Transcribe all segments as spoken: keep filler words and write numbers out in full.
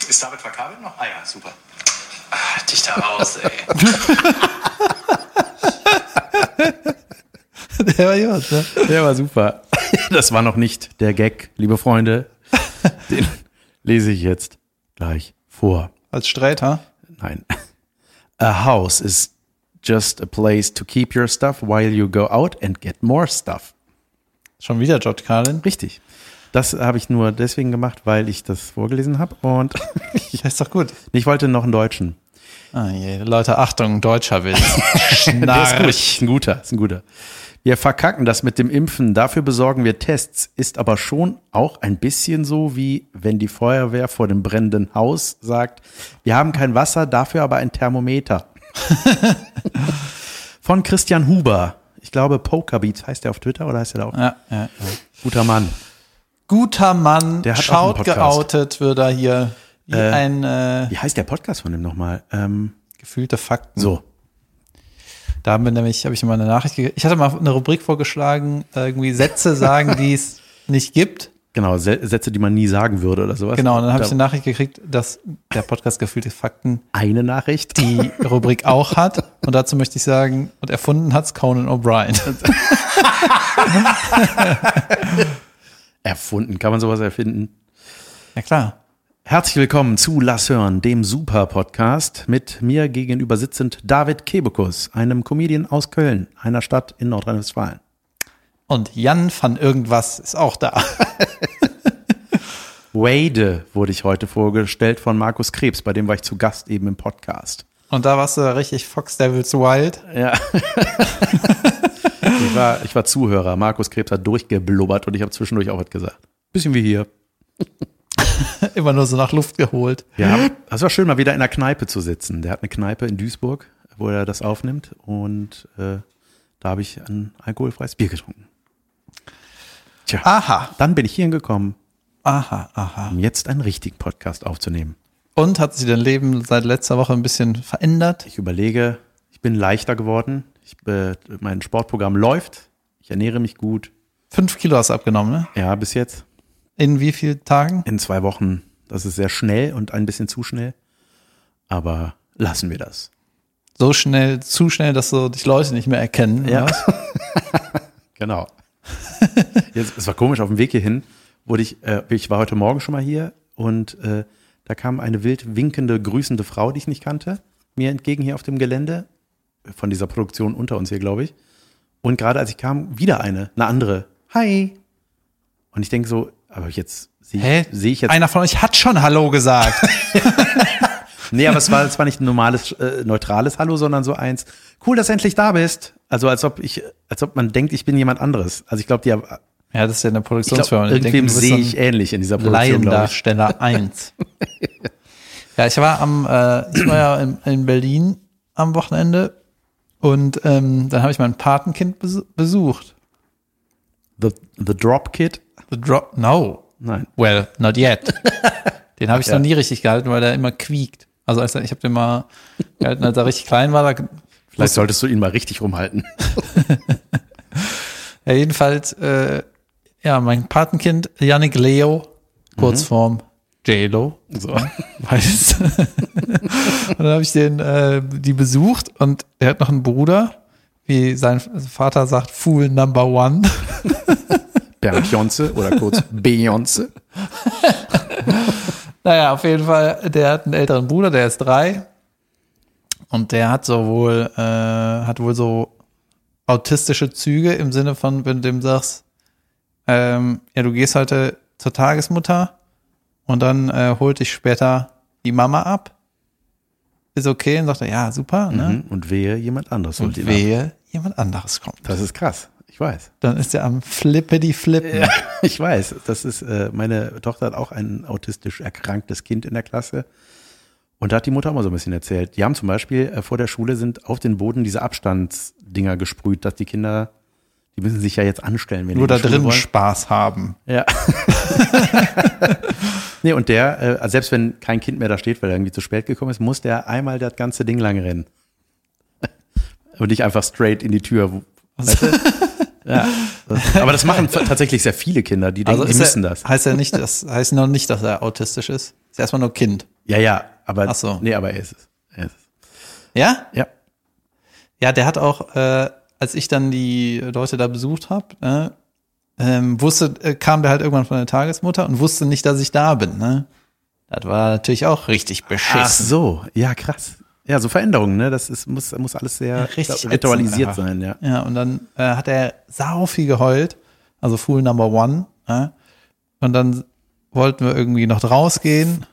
Ist David verkabelt noch? Ah ja, super. Ah, dich da raus, ey. Der war gut, ne? Der war super. Das war noch nicht der Gag, liebe Freunde. Den lese ich jetzt gleich vor. Als Sträter? Nein. A house is just a place to keep your stuff while you go out and get more stuff. Schon wieder George Carlin? Richtig. Das habe ich nur deswegen gemacht, weil ich das vorgelesen habe und Das ist doch gut. ich wollte noch einen Deutschen. Ah je, Leute, Achtung, deutscher Witz. Der ist gut. Ist ein guter, ist ein guter. Wir verkacken das mit dem Impfen, dafür besorgen wir Tests, ist aber schon auch ein bisschen so, wie wenn die Feuerwehr vor dem brennenden Haus sagt, wir haben kein Wasser, dafür aber ein Thermometer. Von Christian Huber. Ich glaube, Pokerbeats heißt der auf Twitter oder heißt der da auch? Ja, ja, ja. Guter Mann. Guter Mann, Der hat auch schaut einen Podcast. geoutet, wird er hier wie Äh, ein äh, Wie heißt der Podcast von dem nochmal? Ähm, gefühlte Fakten. so. Da haben wir nämlich, habe ich mal eine Nachricht gekriegt. Ich hatte mal eine Rubrik vorgeschlagen, irgendwie Sätze sagen, die es nicht gibt. Genau, Se- Sätze, die man nie sagen würde oder sowas. Genau, und dann habe Da- ich eine Nachricht gekriegt, dass der Podcast Gefühlte Fakten Eine Nachricht. die Rubrik auch hat. Und dazu möchte ich sagen, und erfunden hat's Conan O'Brien. Erfunden. Kann man sowas erfinden? Ja klar. Herzlich willkommen zu Lass hören, dem Super-Podcast. Mit mir gegenüber sitzend David Kebekus, einem Comedian aus Köln, einer Stadt in Nordrhein-Westfalen. Und Jan van irgendwas ist auch da. Wade wurde ich heute vorgestellt von Markus Krebs, bei dem war ich zu Gast eben im Podcast. Und da warst du richtig Fox Devils Wild. Ja. ich, war, ich war Zuhörer. Markus Krebs hat durchgeblubbert und ich habe zwischendurch auch was gesagt. Bisschen wie hier. Immer nur so nach Luft geholt. Ja, es war schön, mal wieder in einer Kneipe zu sitzen. Der hat eine Kneipe in Duisburg, wo er das aufnimmt. Und äh, da habe ich ein alkoholfreies Bier getrunken. Tja, Aha. dann bin ich hierhin gekommen, Aha, aha. um jetzt einen richtigen Podcast aufzunehmen. Und hat sich dein Leben seit letzter Woche ein bisschen verändert? Ich überlege, ich bin leichter geworden. Ich, äh, mein Sportprogramm läuft. Ich ernähre mich gut. Fünf Kilo hast du abgenommen, ne? Ja, bis jetzt. In wie vielen Tagen? In zwei Wochen. Das ist sehr schnell und ein bisschen zu schnell. Aber lassen wir das. So schnell, zu schnell, dass so dich Leute nicht mehr erkennen. Ja. Oder was? Genau. Jetzt, es war komisch, auf dem Weg hierhin wurde ich, äh, ich war heute Morgen schon mal hier und äh, da kam eine wild winkende, grüßende Frau, die ich nicht kannte, mir entgegen hier auf dem Gelände, von dieser Produktion unter uns hier, glaube ich. Und gerade als ich kam, wieder eine, eine andere. Hi. Und ich denke so, aber jetzt sehe Hä? ich, seh ich jetzt. Einer von euch hat schon Hallo gesagt. Nee, aber es war, es war nicht ein normales, äh, neutrales Hallo, sondern so eins, cool, dass du endlich da bist. Also als ob ich, als ob man denkt, ich bin jemand anderes. Also ich glaube, die haben, Ja, das ist ja eine ich glaub, Produktionsfirma. Die irgendwem denken, du bist sehe so ein ich ähnlich in dieser Produktion, glaube ich. Laiendarsteller eins. Ja, ich war am, äh, ich war ja in, in Berlin am Wochenende und ähm, dann habe ich mein Patenkind besu- besucht. The, the Drop Kid? The Drop, no. Nein. Well, not yet. Den habe ich Ja. noch nie richtig gehalten, weil der immer quiekt. Also als er, ich habe den mal gehalten, als er richtig klein war. Da, Vielleicht solltest du ihn mal richtig rumhalten. ja, jedenfalls, äh, ja, mein Patenkind Yannick Leo, Kurzform J-Lo. So. Weiß. Und dann habe ich den, äh, die besucht und er hat noch einen Bruder, wie sein Vater sagt, Fool Number One. Beyoncé oder kurz Beyoncé. Naja, auf jeden Fall, der hat einen älteren Bruder, der ist drei. Und der hat so wohl, äh, hat wohl so autistische Züge im Sinne von, wenn du dem sagst, ähm, ja, du gehst heute zur Tagesmutter und dann äh, holt dich später die Mama ab. Ist okay? Und sagt er, ja, super, ne? Mhm. Und wehe, jemand anderes holt Und ihn wehe, jemand anderes kommt. ab. Das ist krass. Ich weiß. Dann ist er am Flippity-Flippen. Ja, ich weiß. Das ist, äh, meine Tochter hat auch ein autistisch erkranktes Kind in der Klasse. Und da hat die Mutter auch mal so ein bisschen erzählt. Die haben zum Beispiel äh, vor der Schule sind auf den Boden diese Abstandsdinger gesprüht, dass die Kinder, die müssen sich ja jetzt anstellen, wenn Nur die da in die Schule drin wollen. Spaß haben. Ja. Nee, und der, äh, also selbst wenn kein Kind mehr da steht, weil er irgendwie zu spät gekommen ist, muss der einmal das ganze Ding lang rennen. Und nicht einfach straight in die Tür. Wo- Weißt du? Ja. Das, aber das machen f- tatsächlich sehr viele Kinder, die denken, die ist müssen er, das. Heißt ja nicht, das heißt noch nicht, dass er autistisch ist. Ist erstmal nur Kind. Ja, ja, aber, Ach so. nee, aber er ist es. Er ist es. Ja? Ja. Ja, der hat auch, äh, als ich dann die Leute da besucht habe, äh, ähm, wusste, äh, kam der halt irgendwann von der Tagesmutter und wusste nicht, dass ich da bin. Ne? Das war natürlich auch richtig beschissen. Ach so, ja, krass. Ja, so Veränderungen, ne? Das ist, muss, muss alles sehr Ja, richtig ritualisiert ätzend, sein, ja. Ja, und dann äh, hat er sau viel geheult, also Fool Number One. Äh? Und dann wollten wir irgendwie noch rausgehen.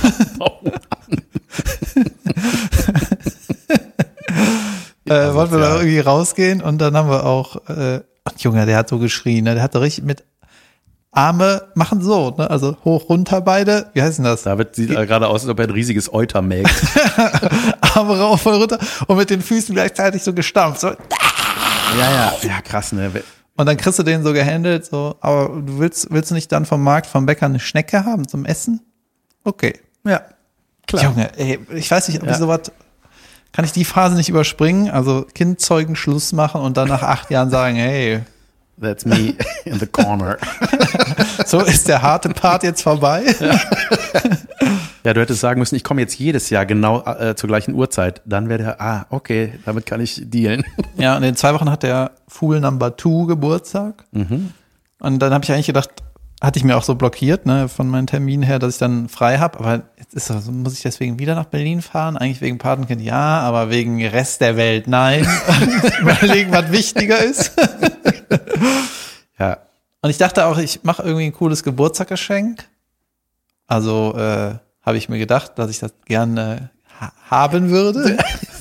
äh, wollten wir da irgendwie rausgehen und dann haben wir auch, äh, Junge, der hat so geschrien, ne? Der hat so richtig mit Arme machen so, ne? Also hoch, runter beide. Wie heißt denn das? David sieht gerade aus, als ob er ein riesiges Euter melkt. Arme rauf und runter und mit den Füßen gleichzeitig so gestampft. So. Ja, ja, ja, krass, ne? Und dann kriegst du den so gehandelt, so, aber du willst, willst du nicht dann vom Markt, vom Bäcker eine Schnecke haben zum Essen? Okay. Ja, klar. Junge, ey, ich weiß nicht, ob Ja. ich sowas, kann ich die Phase nicht überspringen? Also Kind zeugen, Schluss machen und dann nach acht Jahren sagen, hey, That's me in the corner. so ist der harte Part jetzt vorbei. Ja, du hättest sagen müssen, ich komme jetzt jedes Jahr genau äh, zur gleichen Uhrzeit. Dann wäre der, ah, okay, damit kann ich dealen. Ja, und in zwei Wochen hat der Fool Number Two Geburtstag. Mhm. Und dann habe ich eigentlich gedacht, hatte ich mir auch so blockiert, ne, von meinen Terminen her, dass ich dann frei habe. Aber jetzt ist das, muss ich deswegen wieder nach Berlin fahren? Eigentlich wegen Patenkind ja, aber wegen Rest der Welt nein. Überlegen, was wichtiger ist. Ja, Und ich dachte auch, ich mache irgendwie ein cooles Geburtstagsgeschenk. Also äh, habe ich mir gedacht, dass ich das gerne ha- haben würde.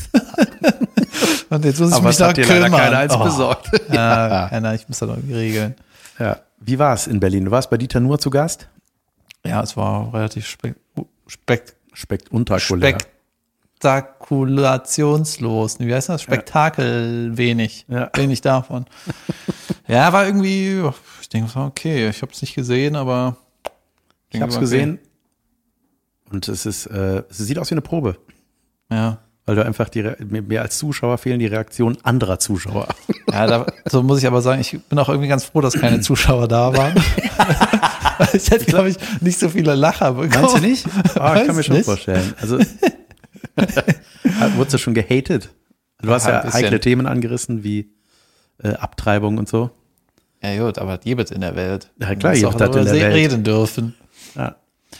Und jetzt muss ich aber mich es noch hat dir leider kümmern. keiner eins Oh. besorgt. Ja, keiner, ich muss das irgendwie regeln. Ja. Wie war es in Berlin? Du warst bei Dieter Nuhr zu Gast? Ja, es war relativ spek spek Spekt untakulär. spektakulationslos. Wie heißt das? Spektakel wenig. Ja. Wenig davon. Ja, war irgendwie, ich denke, es war okay. Ich habe es nicht gesehen, aber Ich habe es okay. gesehen und es ist, äh, es sieht aus wie eine Probe, Ja. weil du einfach die Re- mir, mir als Zuschauer fehlen die Reaktionen anderer Zuschauer. Ja, da, so muss ich aber sagen, ich bin auch irgendwie ganz froh, dass keine Zuschauer da waren. Ich hätte, glaube ich, nicht so viele Lacher bekommen. Meinst du nicht? Ah, ich kann mir Weiß schon nicht. vorstellen. Also wurdest du schon gehatet? Du hast Ja, ja ein bisschen. heikle Themen angerissen wie äh, Abtreibung und so. Ja gut, aber jedes in der Welt. Ja, klar, Man muss jedes doch hat in der darüber Welt. reden dürfen. Ja.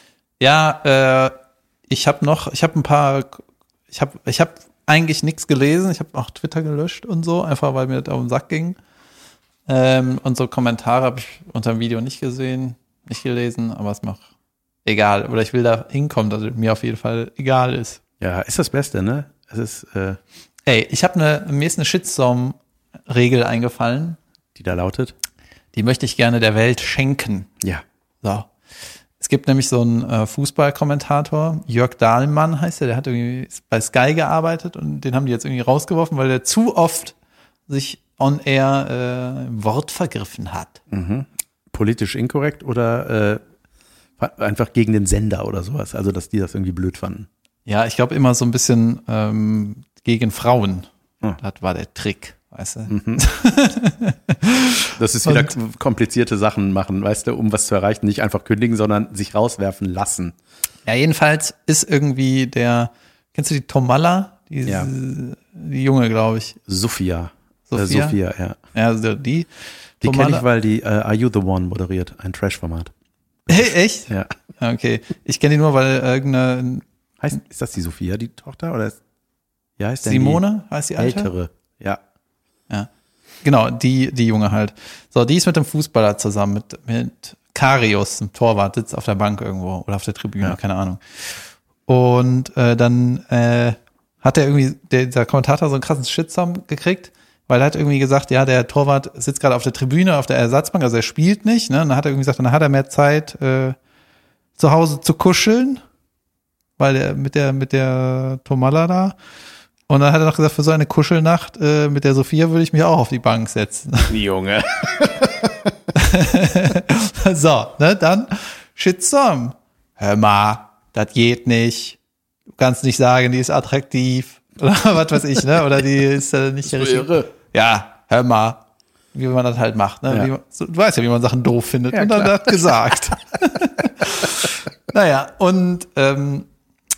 Ja, äh, ich habe noch, ich habe ein paar, ich habe ich habe eigentlich nichts gelesen. Ich habe auch Twitter gelöscht und so, einfach weil mir das auf den Sack ging. Ähm, und so Kommentare habe ich unter dem Video nicht gesehen, nicht gelesen, aber es macht egal. Oder ich will da hinkommen, dass es mir auf jeden Fall egal ist. Ja, ist das Beste, ne? Es ist, äh, Ey, ich habe eine, mir ist eine Shitstorm-Regel eingefallen. die da lautet. Die möchte ich gerne der Welt schenken. Ja. So. Es gibt nämlich so einen äh, Fußballkommentator, Jörg Dahlmann heißt der, der hat irgendwie bei Sky gearbeitet und den haben die jetzt irgendwie rausgeworfen, weil der zu oft sich on air äh, im Wort vergriffen hat. Mhm. Politisch inkorrekt oder äh, einfach gegen den Sender oder sowas. Also, dass die das irgendwie blöd fanden. Ja, ich glaube immer so ein bisschen ähm, gegen Frauen. Hm. Das war der Trick, weißt du? Mhm. Das ist wieder komplizierte Sachen machen, weißt du, um was zu erreichen. Nicht einfach kündigen, sondern sich rauswerfen lassen. Ja, jedenfalls ist irgendwie der, kennst du die Tomalla? Die, Ja. die Junge, glaube ich. Sophia. Sophia? Äh, Sophia, ja. Ja, also die. Die Tomalla- kenne ich, weil die äh, Are You the One moderiert, ein Trash-Format. Hey, echt? Ja. Okay. Ich kenne die nur, weil irgendeine Heißt, ist das die Sophia, die Tochter? Oder ist, ja, heißt denn Simone, heißt die die alte? ältere? Ja. Ja. Genau, die, die Junge halt. So, die ist mit dem Fußballer zusammen, mit, mit Karius, dem Torwart, sitzt auf der Bank irgendwo oder auf der Tribüne, Ja. keine Ahnung. Und äh, dann äh, hat er irgendwie, der, der Kommentator so einen krassen Shitstorm gekriegt, weil er hat irgendwie gesagt, ja, der Torwart sitzt gerade auf der Tribüne, auf der Ersatzbank, also er spielt nicht, ne? Und dann hat er irgendwie gesagt, dann hat er mehr Zeit, äh, zu Hause zu kuscheln, weil er mit der, mit der Tomalla da. Und dann hat er noch gesagt, für so eine Kuschelnacht äh, mit der Sophia würde ich mich auch auf die Bank setzen. Junge. So, ne, dann Shitstorm. Hör mal, das geht nicht. Du kannst nicht sagen, die ist attraktiv. Oder was weiß ich, ne? Oder die ist äh, nicht der richtige. irre. Ja, hör mal. Wie man das halt macht, ne? Ja. Wie man, so, du weißt ja, wie man Sachen doof findet. Ja, und dann klar. hat gesagt. Naja, und ähm,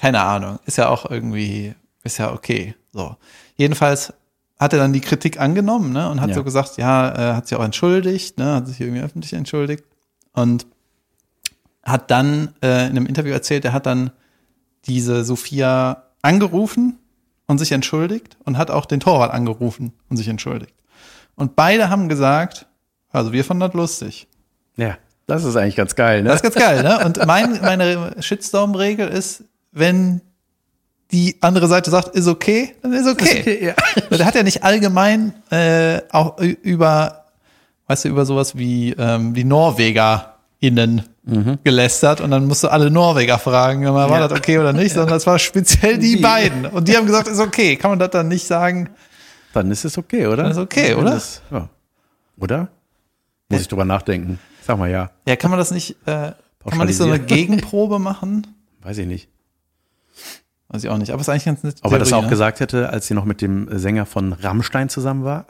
keine Ahnung, ist ja auch irgendwie, ist ja okay. So. Jedenfalls hat er dann die Kritik angenommen, ne, und hat Ja. so gesagt, ja, er hat sich auch entschuldigt, ne, hat sich irgendwie öffentlich entschuldigt und hat dann äh, in einem Interview erzählt, er hat dann diese Sophia angerufen und sich entschuldigt und hat auch den Torwart angerufen und sich entschuldigt. Und beide haben gesagt, also wir fanden das lustig. Ja, das ist eigentlich ganz geil, ne? Das ist ganz geil, ne? Und mein, meine Shitstorm-Regel ist, wenn die andere Seite sagt, ist okay, dann ist okay. Ist okay, ja. Der hat ja nicht allgemein äh, auch über, weißt du, über sowas wie ähm, die NorwegerInnen mhm. gelästert und dann musst du alle Norweger fragen, war Ja. das okay oder nicht, sondern das war speziell die, Die. beiden. Und die haben gesagt, ist okay. Kann man das dann nicht sagen? Dann ist es okay, oder? Dann ist okay, Dann oder? ist- ja. Oder? Muss ich drüber nachdenken. Sag mal ja. Ja, kann man das nicht, äh, kann man nicht so eine Pauschalisieren. Gegenprobe machen? Weiß ich nicht. Weiß ich auch nicht. Aber es ist eigentlich ganz nett. Ob er das auch gesagt hätte, als sie noch mit dem Sänger von Rammstein zusammen war?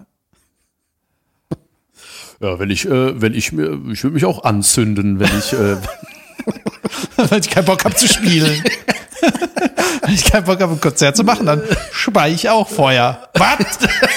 Ja, wenn ich, äh, wenn ich mir, ich würde mich auch anzünden, wenn ich, äh, Weil ich keinen Bock habe zu spielen. Wenn ich keinen Bock habe, ein Konzert zu machen, dann spei ich auch Feuer. Was?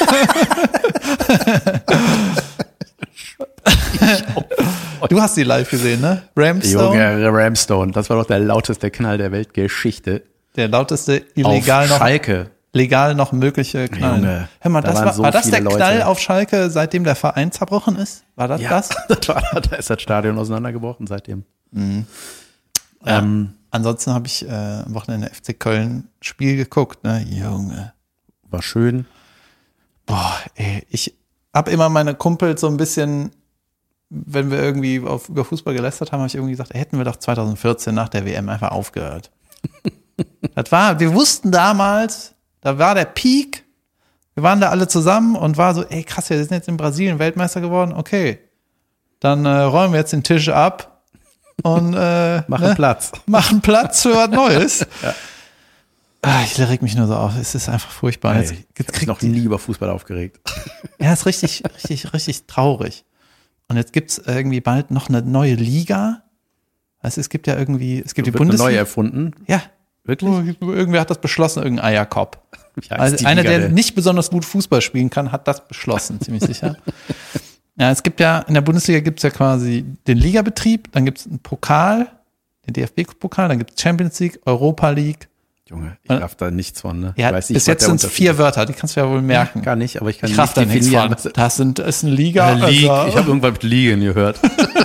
Du hast die live gesehen, ne? Ramstone, Junge, Ramstone, das war doch der lauteste Knall der Weltgeschichte. der lauteste illegal Auf noch Schalke. legal noch mögliche Knall. Junge, Hör mal, da das waren war, so war das viele der Knall Leute. auf Schalke, seitdem der Verein zerbrochen ist? War das Ja, das? das war, da ist das Stadion auseinandergebrochen seitdem. Ja. Ähm, Ansonsten habe ich äh, am Wochenende F C Köln Spiel geguckt, ne? Junge. war schön. Boah, ey, ich hab immer meine Kumpels so ein bisschen, wenn wir irgendwie auf, über Fußball gelästert haben, habe ich irgendwie gesagt, ey, hätten wir doch zwanzig vierzehn nach der W M einfach aufgehört. Das war, wir wussten damals, da war der Peak, wir waren da alle zusammen und war so, ey krass, wir sind jetzt in Brasilien Weltmeister geworden, okay, dann äh, räumen wir jetzt den Tisch ab und äh, Machen ne, Platz. machen Platz für was Neues. Ah, ich reg mich nur so auf, es ist einfach furchtbar. Ey, Jetzt, ich jetzt hab mich kriegt noch die- nie über Fußball aufgeregt. Ja, ist richtig, richtig, richtig traurig. Und jetzt gibt's irgendwie bald noch eine neue Liga. Also es gibt ja irgendwie, es gibt die Wird eine neu Bundesliga. erfunden. Ja, Wirklich? irgendwer hat das beschlossen, irgendein Eierkopf. Wie heißt Also die einer, Liga der denn? nicht besonders gut Fußball spielen kann, hat das beschlossen, ziemlich sicher. Ja, es gibt ja, in der Bundesliga gibt's ja quasi den Ligabetrieb, dann gibt's einen Pokal, den D F B-Pokal, dann gibt's Champions League, Europa League. Junge, ich Und- darf da nichts von, ne? Ja, ich weiß nicht, bis was jetzt der sind es Unterschied vier ist. Wörter, die kannst du ja wohl merken. Gar nicht, aber ich kann Ich raff da nicht nichts definieren. von. Was, Das sind, ist eine Liga. ja, League. also- Ich habe irgendwann mit Ligen gehört.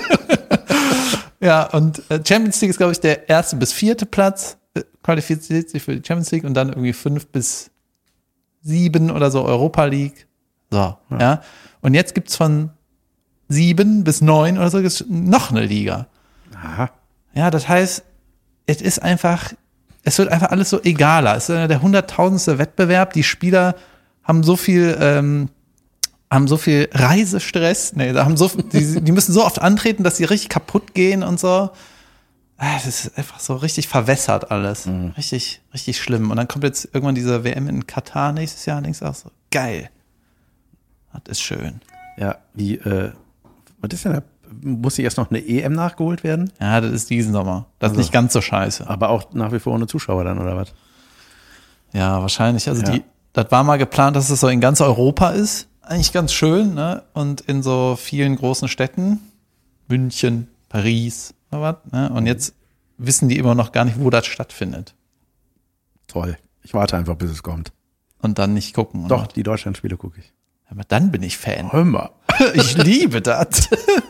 Ja, und äh, Champions League ist, glaube ich, der erste bis vierte Platz, äh, qualifiziert sich für die Champions League und dann irgendwie fünf bis sieben oder so Europa League. So, ja. Und jetzt gibt's von sieben bis neun oder so gibt's noch eine Liga. Aha. Ja, das heißt, es ist einfach, es wird einfach alles so egaler. Es ist der hunderttausendste Wettbewerb. Die Spieler haben so viel, ähm, haben so viel Reisestress. Nee, da haben so, die, die müssen so oft antreten, dass sie richtig kaputt gehen und so. Ah, das ist einfach so richtig verwässert alles. Mhm. Richtig, richtig schlimm. Und dann kommt jetzt irgendwann diese W M in Katar nächstes Jahr und denkst auch so, geil. Das ist schön. Ja, wie, äh, was ist denn da? Muss hier erst noch eine E M nachgeholt werden? Ja, das ist diesen Sommer. Das ist Also. nicht ganz so scheiße. Aber auch nach wie vor ohne Zuschauer dann, oder was? Ja, wahrscheinlich. Also Ja. die, das war mal geplant, dass es so in ganz Europa ist. Eigentlich ganz schön, ne? Und in so vielen großen Städten. München, Paris, oder was, ne? Und jetzt wissen die immer noch gar nicht, wo das stattfindet. Toll. Ich warte einfach, bis es kommt. Und dann nicht gucken. Doch, oder? die Deutschlandspiele gucke ich. Aber dann bin ich Fan. Hör mal. Ich liebe das.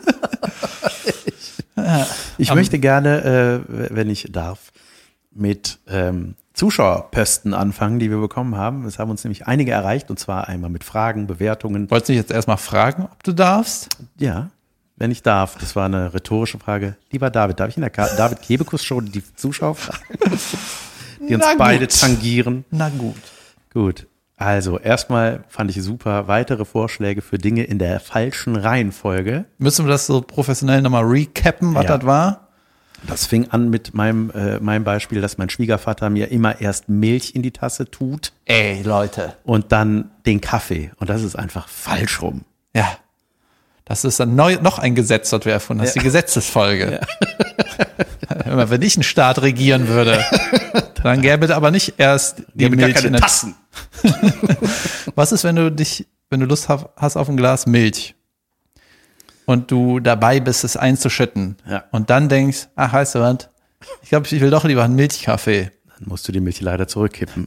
Ich Am- möchte gerne, äh, wenn ich darf, mit ähm, Zuschauerposten anfangen, die wir bekommen haben. Es haben uns nämlich einige erreicht, und zwar einmal mit Fragen, Bewertungen. Wolltest du dich jetzt erstmal fragen, ob du darfst? Ja, wenn ich darf. Das war eine rhetorische Frage. Lieber David, darf ich in der Ka- David Kebekus Show die Zuschauer fragen? Die uns Na gut. beide tangieren. Na gut. Gut. Also, erstmal fand ich super weitere Vorschläge für Dinge in der falschen Reihenfolge. Müssen wir das so professionell nochmal recappen, was Ja. das war? Das fing an mit meinem, äh, meinem Beispiel, dass mein Schwiegervater mir immer erst Milch in die Tasse tut Ey, Leute. und dann den Kaffee. Und das ist einfach falsch rum. Ja. Das ist dann neu, noch ein Gesetz, das wir erfunden haben. Das ist die Gesetzesfolge. Wenn ich einen Staat regieren würde, dann gäbe es aber nicht erst die Gäbe gar Milch keine in der Tassen. Was ist, wenn du dich, wenn du Lust hast auf ein Glas Milch und du dabei bist, es einzuschütten Ja. und dann denkst, ach, weißt du was, ich glaube, ich will doch lieber einen Milchkaffee. Dann musst du die Milch leider zurückkippen.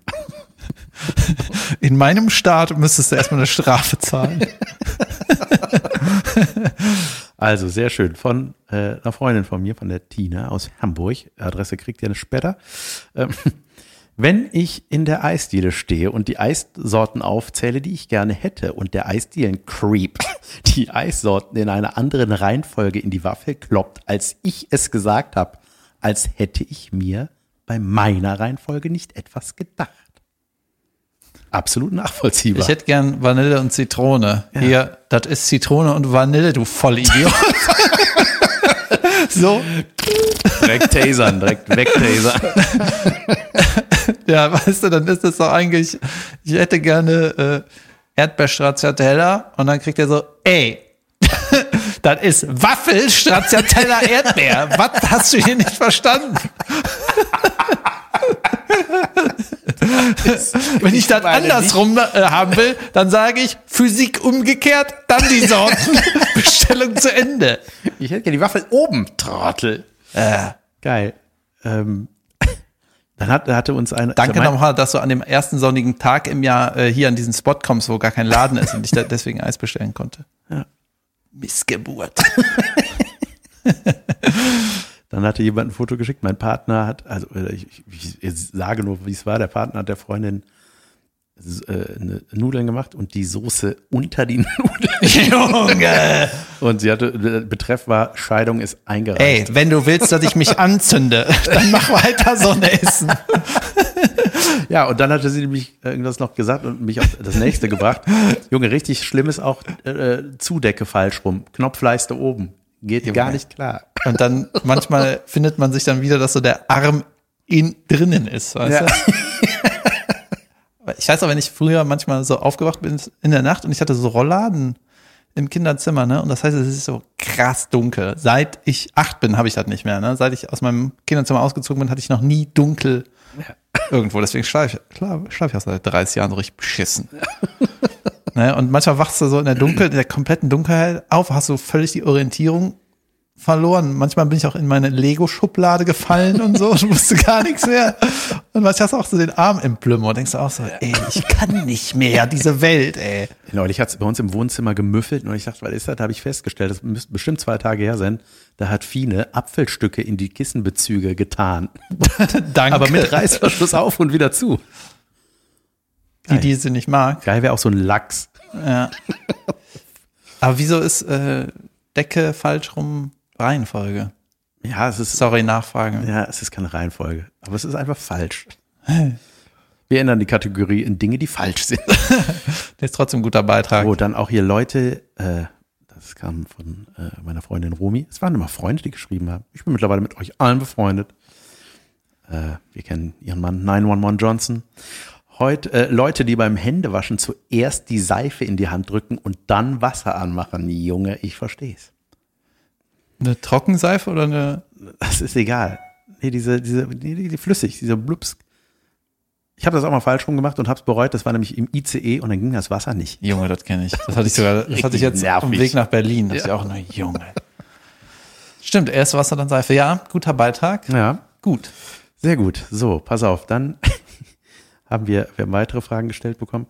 In meinem Staat müsstest du erstmal eine Strafe zahlen. Also sehr schön. Von äh, einer Freundin von mir, von der Tina aus Hamburg. Adresse kriegt ihr später. Ähm, wenn ich in der Eisdiele stehe und die Eissorten aufzähle, die ich gerne hätte und der Eisdielen-Creep die Eissorten in einer anderen Reihenfolge in die Waffel kloppt, als ich es gesagt habe, als hätte ich mir bei meiner Reihenfolge nicht etwas gedacht. Absolut nachvollziehbar. Ich hätte gern Vanille und Zitrone. Ja. Hier, das ist Zitrone und Vanille, du Vollidiot. So. direkt tasern, direkt wegtasern. Ja, weißt du, dann ist das doch eigentlich, ich hätte gerne äh, Erdbeer-Stracciatella und dann kriegt er so, ey, das ist Waffel, Stracciatella, Erdbeer. Was hast du hier nicht verstanden? Wenn ich das andersrum äh, haben will, dann sage ich Physik umgekehrt, dann die Sorten, Bestellung zu Ende. Ich hätte gerne die Waffel oben, Trottel. Äh, Geil. Ähm, dann hat, hatte uns eine. danke also mein- nochmal, dass du an dem ersten sonnigen Tag im Jahr äh, hier an diesen Spot kommst, wo gar kein Laden ist und ich da deswegen Eis bestellen konnte. Ja. Missgeburt. Dann hatte jemand ein Foto geschickt. Mein Partner hat, also ich, ich, ich sage nur, wie es war. Der Partner hat der Freundin äh, eine Nudeln gemacht und die Soße unter die Nudeln. Junge! Und sie hatte, Betreff war, Scheidung ist eingereicht. Ey, wenn du willst, dass ich mich anzünde, dann mach weiter so ein Essen. Ja, und dann hatte sie nämlich irgendwas noch gesagt und mich auf das nächste gebracht. Junge, richtig schlimm ist auch äh, Zudecke falsch rum. Knopfleiste oben. Geht Junge. gar nicht klar. Und dann manchmal findet man sich dann wieder, dass so der Arm in drinnen ist, weißt Ja. du? Ich weiß auch, wenn ich früher manchmal so aufgewacht bin in der Nacht und ich hatte so Rollladen im Kinderzimmer, ne? Und das heißt, es ist so krass dunkel. Seit ich acht bin, habe ich das nicht mehr, ne? Seit ich aus meinem Kinderzimmer ausgezogen bin, hatte ich noch nie dunkel irgendwo. Deswegen schlafe ich, klar, schlafe ich auch seit dreißig Jahren so richtig beschissen. Ne? Und manchmal wachst du so in der Dunkel, in der kompletten Dunkelheit auf, hast du völlig die Orientierung verloren. Manchmal bin ich auch in meine Lego-Schublade gefallen und so und wusste gar nichts mehr. Und manchmal hast du auch so den Arm im Plümmer und denkst du auch so, ey, ich kann nicht mehr, diese Welt, ey. Neulich hat es bei uns im Wohnzimmer gemüffelt und ich dachte, was ist das? Da habe ich festgestellt, das müsste bestimmt zwei Tage her sein. Da hat Fine Apfelstücke in die Kissenbezüge getan. Danke. Aber mit Reißverschluss auf und wieder zu. die, die sie nicht mag. Geil wäre auch so ein Lachs. Ja. Aber wieso ist äh, Decke falsch rum Reihenfolge? Ja, es ist, Sorry, Nachfrage. ja, es ist keine Reihenfolge. Aber es ist einfach falsch. Wir ändern die Kategorie in Dinge, die falsch sind. Der ist trotzdem ein guter Beitrag. Wo dann auch hier Leute, äh, das kam von äh, meiner Freundin Romi, es waren immer Freunde, die geschrieben haben. Ich bin mittlerweile mit euch allen befreundet. Äh, wir kennen ihren Mann neun eins eins Johnson. Heute äh, Leute, die beim Händewaschen zuerst die Seife in die Hand drücken und dann Wasser anmachen. Junge, ich versteh's. Eine Trockenseife oder eine? Das ist egal. Nee, diese, diese, die, die, die flüssig, diese Blups. Ich habe das auch mal falsch rum gemacht und hab's bereut. Das war nämlich im I C E und dann ging das Wasser nicht. Junge, das kenne ich. Das hatte ich sogar, das hatte ich jetzt Nervig. auf dem Weg nach Berlin. Das ist ja auch nur Junge. Stimmt, erst Wasser, dann Seife. Ja, guter Beitrag. Ja, Gut. sehr gut. So, pass auf. Dann haben wir, wir haben weitere Fragen gestellt bekommen.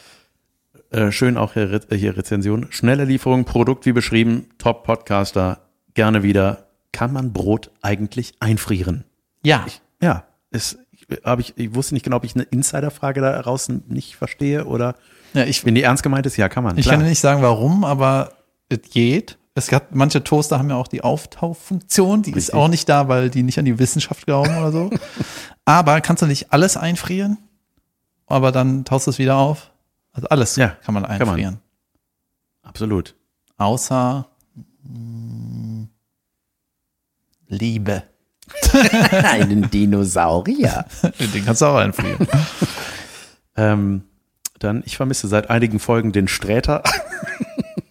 Äh, schön auch hier, Re- hier Rezension. Schnelle Lieferung, Produkt wie beschrieben, Top-Podcaster, gerne wieder. Kann man Brot eigentlich einfrieren? Ja. Ja, ist, hab ich, ich wusste nicht genau, ob ich eine Insiderfrage daraus nicht verstehe oder Ja, ich, wenn die ernst gemeint ist, ja, kann man. ich klar. kann nicht sagen, warum, aber es geht. Es gab, manche Toaster haben ja auch die Auftaufunktion, die ist Richtig. auch nicht da, weil die nicht an die Wissenschaft glauben oder so. Aber kannst du nicht alles einfrieren? Aber dann taust du es wieder auf? Also alles Ja, kann man kann man. einfrieren. Absolut. Außer mh, Liebe. Einen Dinosaurier. Den kannst du auch einfrieren. ähm, dann, ich vermisse seit einigen Folgen den Sträter.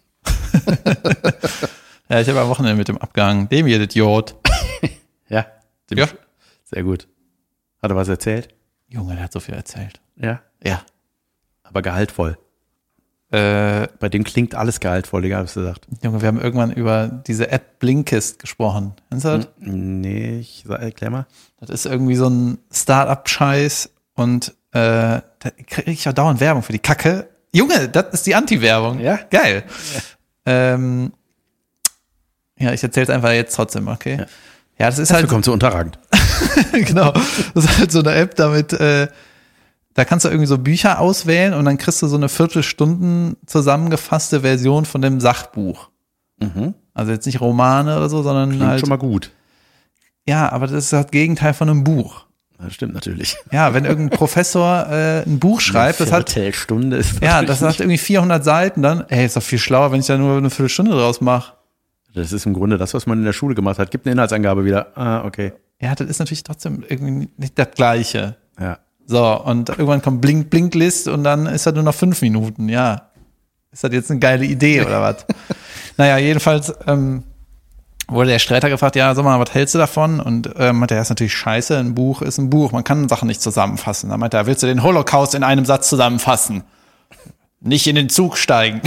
Ja, ich habe am Wochenende mit dem Abgang, dem hier Idiot. Ja, Dem Ja. Sehr gut. Hat er was erzählt? Junge, der hat so viel erzählt. Ja. Ja. Aber gehaltvoll. Äh, Bei dem klingt alles gehaltvoll, egal was er sagt. Junge, wir haben irgendwann über diese App Blinkist gesprochen. Kennst du das? Nee, ich sag, erklär mal. Das ist irgendwie so ein Start-up-Scheiß und äh, da kriege ich auch dauernd Werbung für die Kacke. Junge, das ist die Anti-Werbung. Ja? Geil. Ja, ähm, ja ich erzähle es einfach jetzt trotzdem, okay? Ja, ja das ist halt. Willkommen zu Unterragend. Genau. Das ist halt so eine App, damit, äh, da kannst du irgendwie so Bücher auswählen und dann kriegst du so eine Viertelstunden zusammengefasste Version von dem Sachbuch. Mhm. Also jetzt nicht Romane oder so, sondern Klingt halt. schon mal gut. Ja, aber das ist das Gegenteil von einem Buch. Das stimmt natürlich. Ja, wenn irgendein Professor äh, ein Buch schreibt, das hat Viertelstunde ist ja, natürlich das hat irgendwie vierhundert Seiten, dann, ey, ist doch viel schlauer, wenn ich da nur eine Viertelstunde draus mache. Das ist im Grunde das, was man in der Schule gemacht hat. Gibt eine Inhaltsangabe wieder. Ah, okay. Ja, das ist natürlich trotzdem irgendwie nicht das Gleiche. Ja. So, und irgendwann kommt Blink, Blink List und dann ist das nur noch fünf Minuten, ja. Ist das jetzt eine geile Idee oder was? Naja, jedenfalls ähm, wurde der Sträter gefragt, ja, sag mal, was hältst du davon? Und ähm, meinte er, ist natürlich scheiße, ein Buch ist ein Buch, man kann Sachen nicht zusammenfassen. Dann meinte er, willst du den Holocaust in einem Satz zusammenfassen? Nicht in den Zug steigen.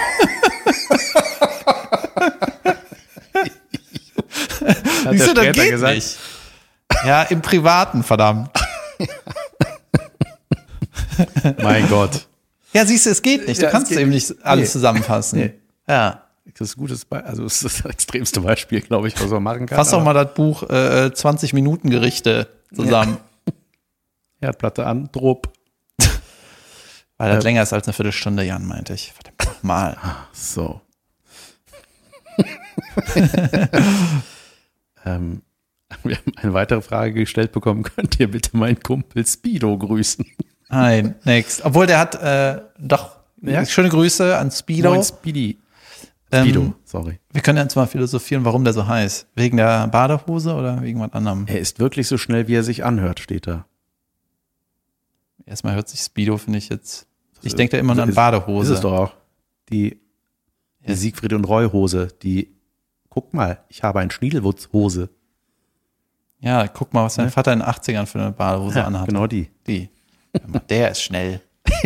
Hat Siehst du, der das Sträter geht gesagt? nicht. Ja, im Privaten, verdammt. Mein Gott. Ja, siehst du, es geht nicht. Du Ja, es kannst geht eben nicht. nicht alles Nee. zusammenfassen. Nee. Ja. Das ist ein gutes Be- also das ist das extremste Beispiel, glaube ich, was man machen kann. Fass doch aber- mal das Buch äh, zwanzig Minuten Gerichte zusammen. Herdplatte an, Drupp. Weil das Äh. länger ist als eine Viertelstunde, Jan, meinte ich. Verdammt nochmal. So. ähm, wir haben eine weitere Frage gestellt bekommen. Könnt ihr bitte meinen Kumpel Speedo grüßen? Nein, next. Obwohl der hat äh, doch Ja? schöne Grüße an Speedo. Moin Speedy. Speedo, Ähm, sorry. Wir können jetzt mal philosophieren, warum der so heißt. Wegen der Badehose oder wegen was anderem? Er ist wirklich so schnell, wie er sich anhört, steht da. Erstmal hört sich Speedo, finde ich jetzt. Ich ist- denke da immer nur an ist- Badehose. Ist es doch auch. Die, die Ja. Siegfried und Roy Hose, die, guck mal, ich habe ein Schniedelwurz-Hose. Ja, guck mal, was dein Ja. Vater in den achtzigern für eine Badehose Ja, anhat. genau die. Die. Hör mal, der ist schnell.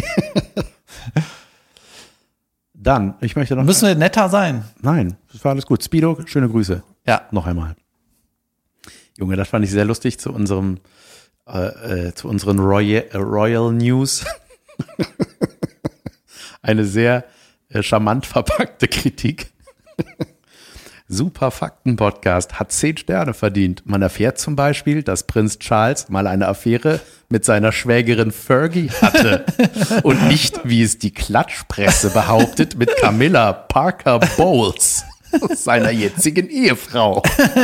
Dann, ich möchte noch. Müssen wir netter sein? Nein, das war alles gut. Speedo, schöne Grüße. Ja. Noch einmal. Junge, das fand ich sehr lustig zu unserem, äh, äh, zu unseren Royal, äh, Royal News. Eine sehr äh, charmant verpackte Kritik. Super Fakten-Podcast, hat zehn Sterne verdient. Man erfährt zum Beispiel, dass Prinz Charles mal eine Affäre mit seiner Schwägerin Fergie hatte. Und nicht, wie es die Klatschpresse behauptet, mit Camilla Parker Bowles, seiner jetzigen Ehefrau.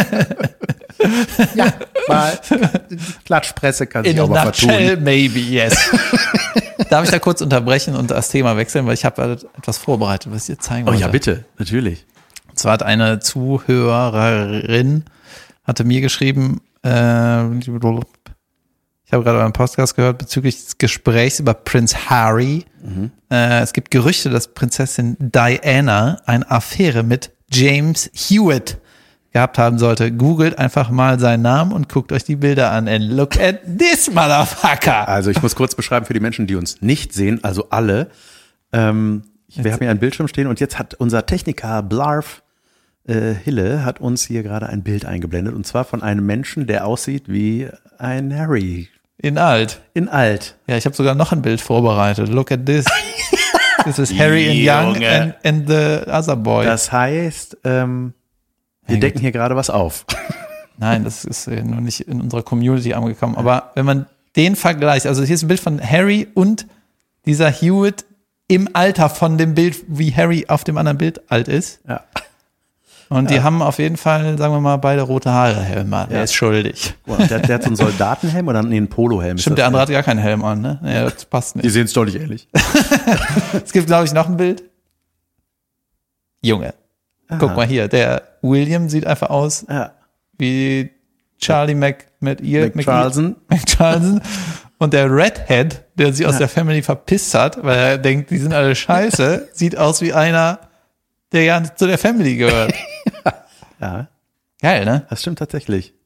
Ja, mal, die Klatschpresse kann sich In a auch mal nutshell, vertun. maybe, yes. Darf ich da kurz unterbrechen und das Thema wechseln, weil ich habe etwas vorbereitet, was ich dir zeigen Oh wollte. ja, bitte, natürlich. Und zwar hat eine Zuhörerin, hatte mir geschrieben, äh, ich habe gerade einen Podcast gehört bezüglich des Gesprächs über Prinz Harry. Mhm. Äh, es gibt Gerüchte, dass Prinzessin Diana eine Affäre mit James Hewitt gehabt haben sollte. Googelt einfach mal seinen Namen und guckt euch die Bilder an. And look at this motherfucker. Also ich muss kurz beschreiben für die Menschen, die uns nicht sehen, also alle. Ähm, ich, wir haben hier einen Bildschirm stehen und jetzt hat unser Techniker Blarf äh, Hille hat uns hier gerade ein Bild eingeblendet und zwar von einem Menschen, der aussieht wie ein Harry In alt. in alt. Ja, ich habe sogar noch ein Bild vorbereitet. Look at this. This is Harry in young Junge. and, and the other boy. Das heißt, ähm, wir Mein decken Gott. hier gerade was auf. Nein, das ist äh, noch nicht in unserer Community angekommen. Aber wenn man den vergleicht, also hier ist ein Bild von Harry und dieser Hewitt im Alter von dem Bild, wie Harry auf dem anderen Bild alt ist. Ja. Und die haben auf jeden Fall, sagen wir mal, beide rote Haare. Helmer, der ist schuldig. Und der, der hat so einen Soldatenhelm oder nee, einen Polohelm. ist Stimmt, das der andere denn? hat gar keinen Helm an, ne? Ja, das passt Die nicht. sehen es doch nicht ähnlich. Es gibt, glaube ich, noch ein Bild. Junge. Guck mal hier, der William sieht einfach aus Ja. wie Charlie Mac, Mac, Mac, McCharlson. McCharlson. Und der Redhead, der sich aus der Family verpisst hat, weil er denkt, die sind alle scheiße, sieht aus wie einer, der ja zu der Family gehört. Ja, Geil, ne? das stimmt tatsächlich.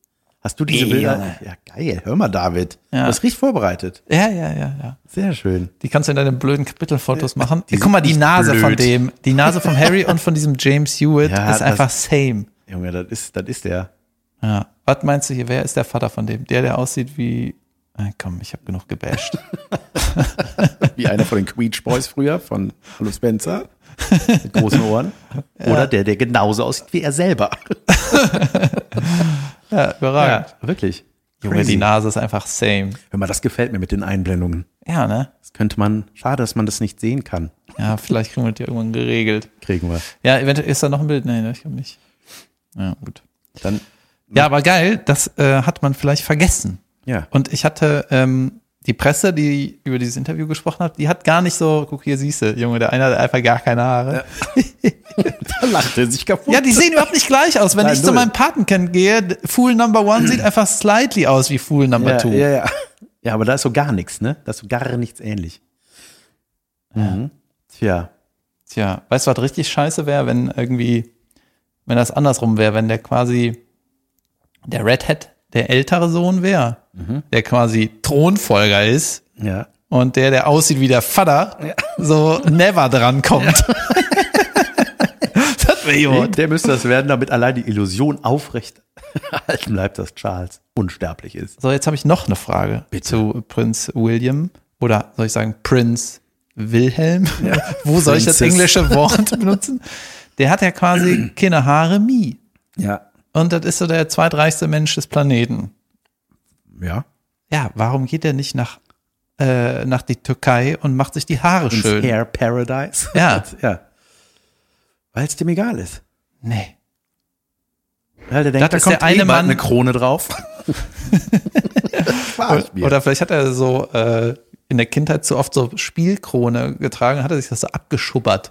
Hast du diese Ey, Bilder? Junge. Ja, geil. Hör mal, David. Ja. Du hast richtig vorbereitet. Ja, ja, ja, ja. Sehr schön. Die kannst du in deine blöden Kapitelfotos machen. Die Guck mal, sind die nicht Nase blöd. von dem, die Nase von Harry und von diesem James Hewitt Ja, ist das- einfach same. Junge, das ist, das ist der. Ja. Was meinst du hier, wer ist der Vater von dem? Der, der aussieht wie, äh, komm, ich habe genug gebasht. Wie einer von den Queech Boys früher, von Hallo Spencer. Mit großen Ohren. Oder der, der genauso aussieht wie er selber. Ja, überragend. Ja, wirklich. Junge, Crazy. die Nase ist einfach same. Hör mal, das gefällt mir mit den Einblendungen. Ja, ne? Das könnte man, schade, dass man das nicht sehen kann. Ja, vielleicht kriegen wir das ja irgendwann geregelt. Kriegen wir. Ja, eventuell ist da noch ein Bild. Nee, ich glaube nicht. Ja, gut. Dann, Ja, aber geil, das äh, hat man vielleicht vergessen. ja. Und ich hatte ähm, die Presse, die über dieses Interview gesprochen hat, die hat gar nicht so, guck hier, siehst du, Junge, der eine hat einfach gar keine Haare. Da lacht er sich kaputt. Ja, die sehen überhaupt nicht gleich aus. Wenn Nein, ich zu null. meinem Patenkind gehe, Fool Number One sieht einfach slightly aus wie Fool Number ja, Two. ja, ja. Ja, aber da ist so gar nichts, ne? Da ist so gar nichts ähnlich. Mhm. Tja. Tja, weißt du, was richtig scheiße wäre, wenn irgendwie, wenn das andersrum wäre, wenn der quasi der Red Hat der ältere Sohn wäre, der quasi Thronfolger ist Ja. und der, der aussieht wie der Vater, so never dran kommt. Das wäre gut. Der müsste das werden, damit allein die Illusion aufrecht erhalten bleibt, dass Charles unsterblich ist. So, jetzt habe ich noch eine Frage zu Prinz William oder soll ich sagen Prinz Wilhelm? Wo soll ich das Princess. englische Wort benutzen? Der hat ja quasi keine Haare, nie. Ja. Und das ist so der zweitreichste Mensch des Planeten. Ja. Ja, warum geht er nicht nach, äh, nach die Türkei und macht sich die Haare Ins schön? Hair Paradise. Ja. ja. Weil es dem egal ist. Nee. Ja, der denkt, Das da ist kommt der eine eh bald Mann- eine Krone drauf. Spar ich mir. Oder vielleicht hat er so äh, in der Kindheit zu oft so Spielkrone getragen, hat er sich das so abgeschubbert.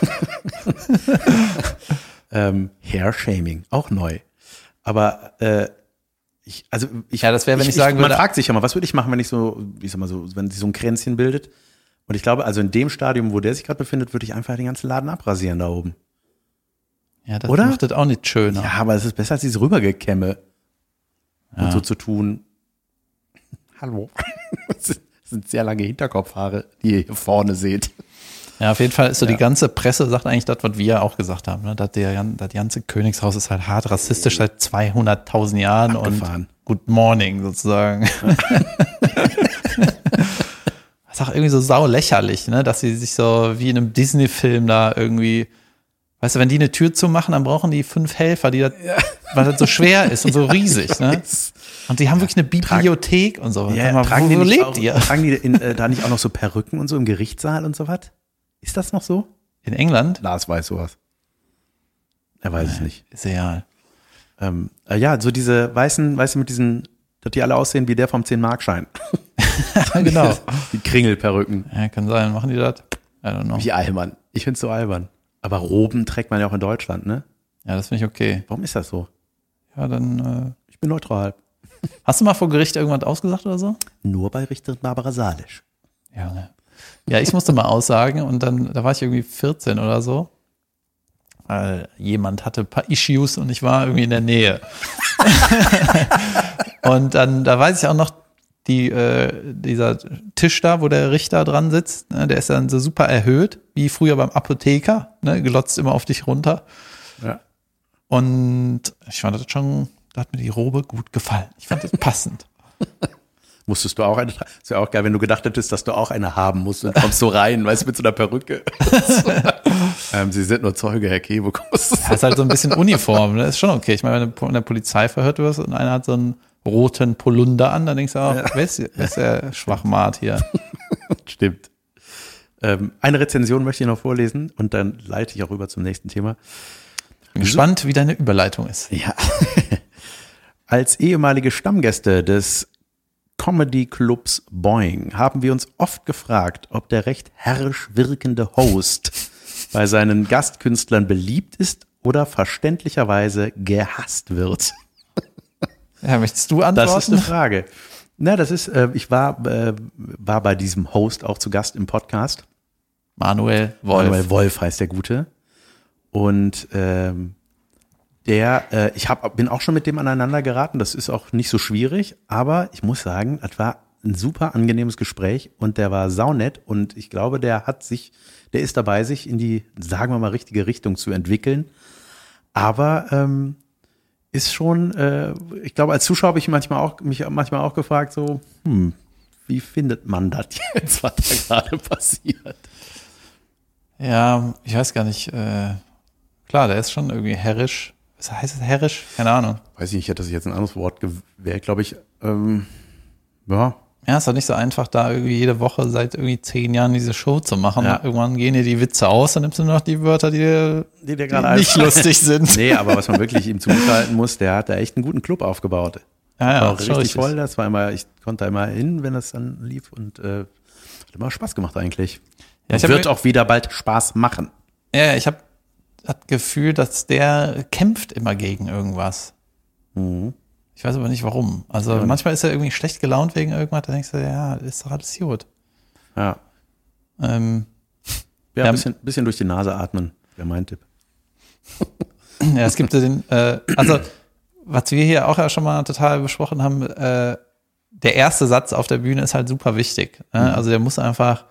ähm, Hair-Shaming, auch neu. Aber äh, ich, also ich, Ja, das wäre, wenn ich ich sagen man würde- fragt sich ja mal, was würde ich machen, wenn ich so, ich sag mal so, wenn sich so ein Kränzchen bildet. Und ich glaube, also in dem Stadium, wo der sich gerade befindet, würde ich einfach den ganzen Laden abrasieren da oben. Ja, das Oder? macht das auch nicht schöner. Ja, aber es ist besser als dieses Rübergekämme. Ja. Und so zu tun. Hallo. Das sind- das sind sehr lange Hinterkopfhaare, die ihr hier vorne seht. Ja, auf jeden Fall ist so Ja. die ganze Presse sagt eigentlich das, was wir auch gesagt haben. Ne? Das, der, das ganze Königshaus ist halt hart rassistisch seit zweihunderttausend Jahren Abgefahren. und Good Morning sozusagen. Das ist auch irgendwie so sau lächerlich, ne? Dass sie sich so wie in einem Disney-Film da irgendwie, weißt du, wenn die eine Tür zumachen, dann brauchen die fünf Helfer, die das, weil das so schwer ist und so riesig, ne? Und die haben wirklich eine Bibliothek und so. Ja, Sag mal, tragen wo die wo nicht lebt auch, ihr? Tragen die in, äh, da nicht auch noch so Perücken und so im Gerichtssaal und so was? Ist das noch so? In England? Lars weiß sowas. Er weiß es nicht. Ist egal. Ähm, äh, ja, so diese weißen, weißt du, mit diesen, dass die alle aussehen wie der vom zehn-Mark-Schein. Genau. Die Kringelperücken. Ja, kann sein. Machen die das? I don't know. Wie albern. Ich find's so albern. Aber Roben trägt man ja auch in Deutschland, ne? Ja, das finde ich okay. Warum ist das so? Ja, dann Ich bin neutral. äh, hast du mal vor Gericht irgendwas ausgesagt oder so? Nur bei Richterin Barbara Salisch. Ja, ne. Ja, ich musste mal aussagen und dann, da war ich irgendwie vierzehn oder so. Weil jemand hatte ein paar Issues und ich war irgendwie in der Nähe. Und dann, da weiß ich auch noch, die, äh, dieser Tisch da, wo der Richter dran sitzt, ne, der ist dann so super erhöht, wie früher beim Apotheker, ne, glotzt immer auf dich runter. Ja. Und ich fand das schon, da hat mir die Robe gut gefallen. Ich fand das passend. Musstest du auch eine tragen? Ist ja auch geil, wenn du gedacht hättest, dass du auch eine haben musst und kommst so rein, weißt du, mit so einer Perücke. ähm, Sie sind nur Zeuge, Herr Kebekus. Das ist halt so ein bisschen Uniform, ne? Ist schon okay. Ich meine, wenn du in der Polizei verhört wirst und einer hat so einen roten Polunder an, dann denkst du auch, ja. wer, ist, wer ist der Schwachmat hier? Stimmt. Ähm, eine Rezension möchte ich noch vorlesen und dann leite ich auch rüber zum nächsten Thema. Bin gespannt, wie deine Überleitung ist. Ja. Als ehemalige Stammgäste des Comedy-Clubs Boing haben wir uns oft gefragt, ob der recht herrisch wirkende Host bei seinen Gastkünstlern beliebt ist oder verständlicherweise gehasst wird. Ja, möchtest du antworten? Das ist eine Frage. Na, das ist, äh, ich war, äh, war bei diesem Host auch zu Gast im Podcast. Manuel Wolf. Manuel Wolf heißt der Gute. Und ähm, Der, äh, ich hab, bin auch schon mit dem aneinander geraten, das ist auch nicht so schwierig, aber ich muss sagen, das war ein super angenehmes Gespräch und der war saunett und ich glaube, der hat sich, der ist dabei, sich in die, sagen wir mal, richtige Richtung zu entwickeln. Aber ähm, ist schon, äh, ich glaube, als Zuschauer habe ich manchmal auch, mich manchmal auch gefragt, so, hm, wie findet man das jetzt, was da gerade passiert? Ja, ich weiß gar nicht. Äh, klar, der ist schon irgendwie herrisch. Was heißt es herrisch? Keine Ahnung. Weiß ich nicht, hätte das jetzt ein anderes Wort gewählt, glaube ich. Ähm, ja. Ja, ist doch nicht so einfach, da irgendwie jede Woche seit irgendwie zehn Jahren diese Show zu machen. Ja. Irgendwann gehen dir die Witze aus, dann nimmst du nur noch die Wörter, die dir, Die dir die gerade nicht lustig sind. Nee, aber was man wirklich ihm zugutehalten muss, der hat da echt einen guten Club aufgebaut. Ja, ja, war auch schon richtig, richtig. voll. Das war immer, ich konnte da immer hin, wenn das dann lief und äh, hat immer Spaß gemacht eigentlich. Ja, ich Und hab wird mir- auch wieder bald Spaß machen. Ja, ich habe das Gefühl, dass der kämpft immer gegen irgendwas. Mhm. Ich weiß aber nicht warum. Also Ja. manchmal ist er irgendwie schlecht gelaunt wegen irgendwas, da denkst du, ja, ist doch alles gut. Ja, Ähm, ja, Ja. ein bisschen, bisschen durch die Nase atmen, wäre mein Tipp. ja, es gibt so den, äh, also was wir hier auch ja schon mal total besprochen haben, äh, der erste Satz auf der Bühne ist halt super wichtig. Ne? Mhm. Also der muss einfach,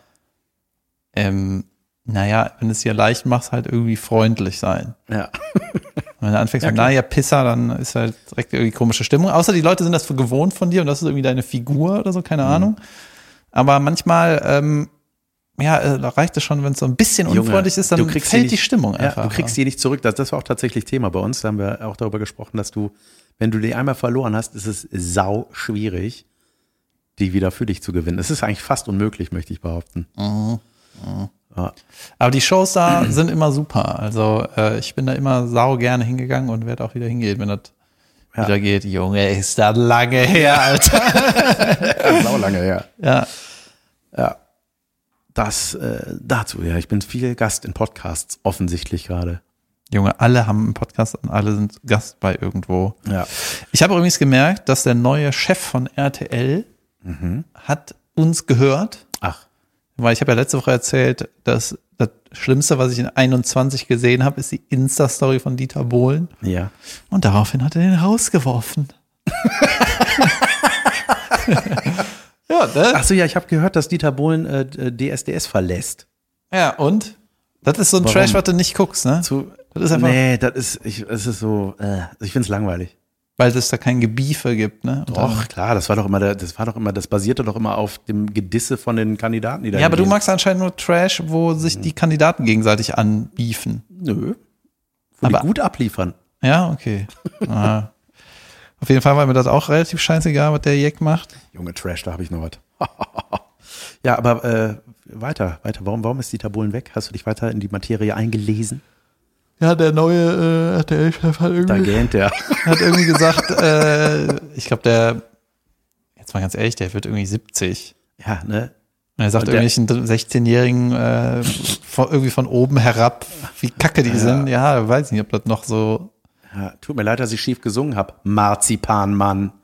ähm, naja, wenn du es hier leicht machst, halt irgendwie freundlich sein. Ja. Und wenn du anfängst Ja, mit, klar. naja, Pisser, dann ist halt direkt irgendwie komische Stimmung. Außer die Leute sind das für gewohnt von dir und das ist irgendwie deine Figur oder so, keine Mhm. Ahnung. Aber manchmal, ähm, ja, äh, da reicht es schon, wenn es so ein bisschen Junge, unfreundlich ist, dann du kriegst fällt die die nicht- Stimmung Ja, einfach. du kriegst die nicht zurück. Das, das war auch tatsächlich Thema bei uns. Da haben wir auch darüber gesprochen, dass du, wenn du die einmal verloren hast, ist es sau schwierig, die wieder für dich zu gewinnen. Es ist eigentlich fast unmöglich, möchte ich behaupten. Mhm. Ja. Aber die Shows da sind immer super. Also äh, ich bin da immer sau gerne hingegangen und werde auch wieder hingehen, wenn das Ja. wieder geht. Junge, ist das lange her, Alter. Sau lange her. Ja. Ja. Das äh, dazu, ja. Ich bin viel Gast in Podcasts, offensichtlich gerade. Junge, alle haben einen Podcast und alle sind Gast bei irgendwo. Ja. Ich habe übrigens gemerkt, dass der neue Chef von R T L hat uns gehört, Ach. weil ich habe ja letzte Woche erzählt, dass das Schlimmste, was ich in einundzwanzig gesehen habe, ist die Insta-Story von Dieter Bohlen. Ja. Und daraufhin hat er den rausgeworfen. Ja, ne? Ach so, ja, ich habe gehört, dass Dieter Bohlen äh, D S D S verlässt. Ja, und? Das ist so ein Warum? Trash, was du nicht guckst, ne? Zu, Das ist einfach, nee, das ist, ich, es ist so, äh, ich find's langweilig. weil es da kein Gebiefe gibt, ne? Und Doch, klar, das war doch immer, der, das war doch immer, das basierte doch immer auf dem Gedisse von den Kandidaten, die da dann, ja, aber du hingehen. magst anscheinend nur Trash, wo sich die Kandidaten gegenseitig anbiefen. Nö. Wo Aber- die gut abliefern. Ja, okay. Ah. Auf jeden Fall war mir das auch relativ scheißegal, was der Jack macht. Junge Trash, da habe ich noch was. Ja, aber äh, weiter, weiter. Warum, warum ist Dieter Bohlen weg? Hast du dich weiter in die Materie eingelesen? Ja, der neue äh, R T L-Chef hat Da irgendwie, gähnt der. hat irgendwie gesagt, äh, ich glaube, der, jetzt mal ganz ehrlich, der wird irgendwie siebzig. Ja, ne? Und er sagt Und der- irgendwelchen sechzehnjährigen äh, von, irgendwie von oben herab, wie kacke die sind. Ja, weiß nicht, ob das noch so. Ja, tut mir leid, dass ich schief gesungen habe. Marzipanmann.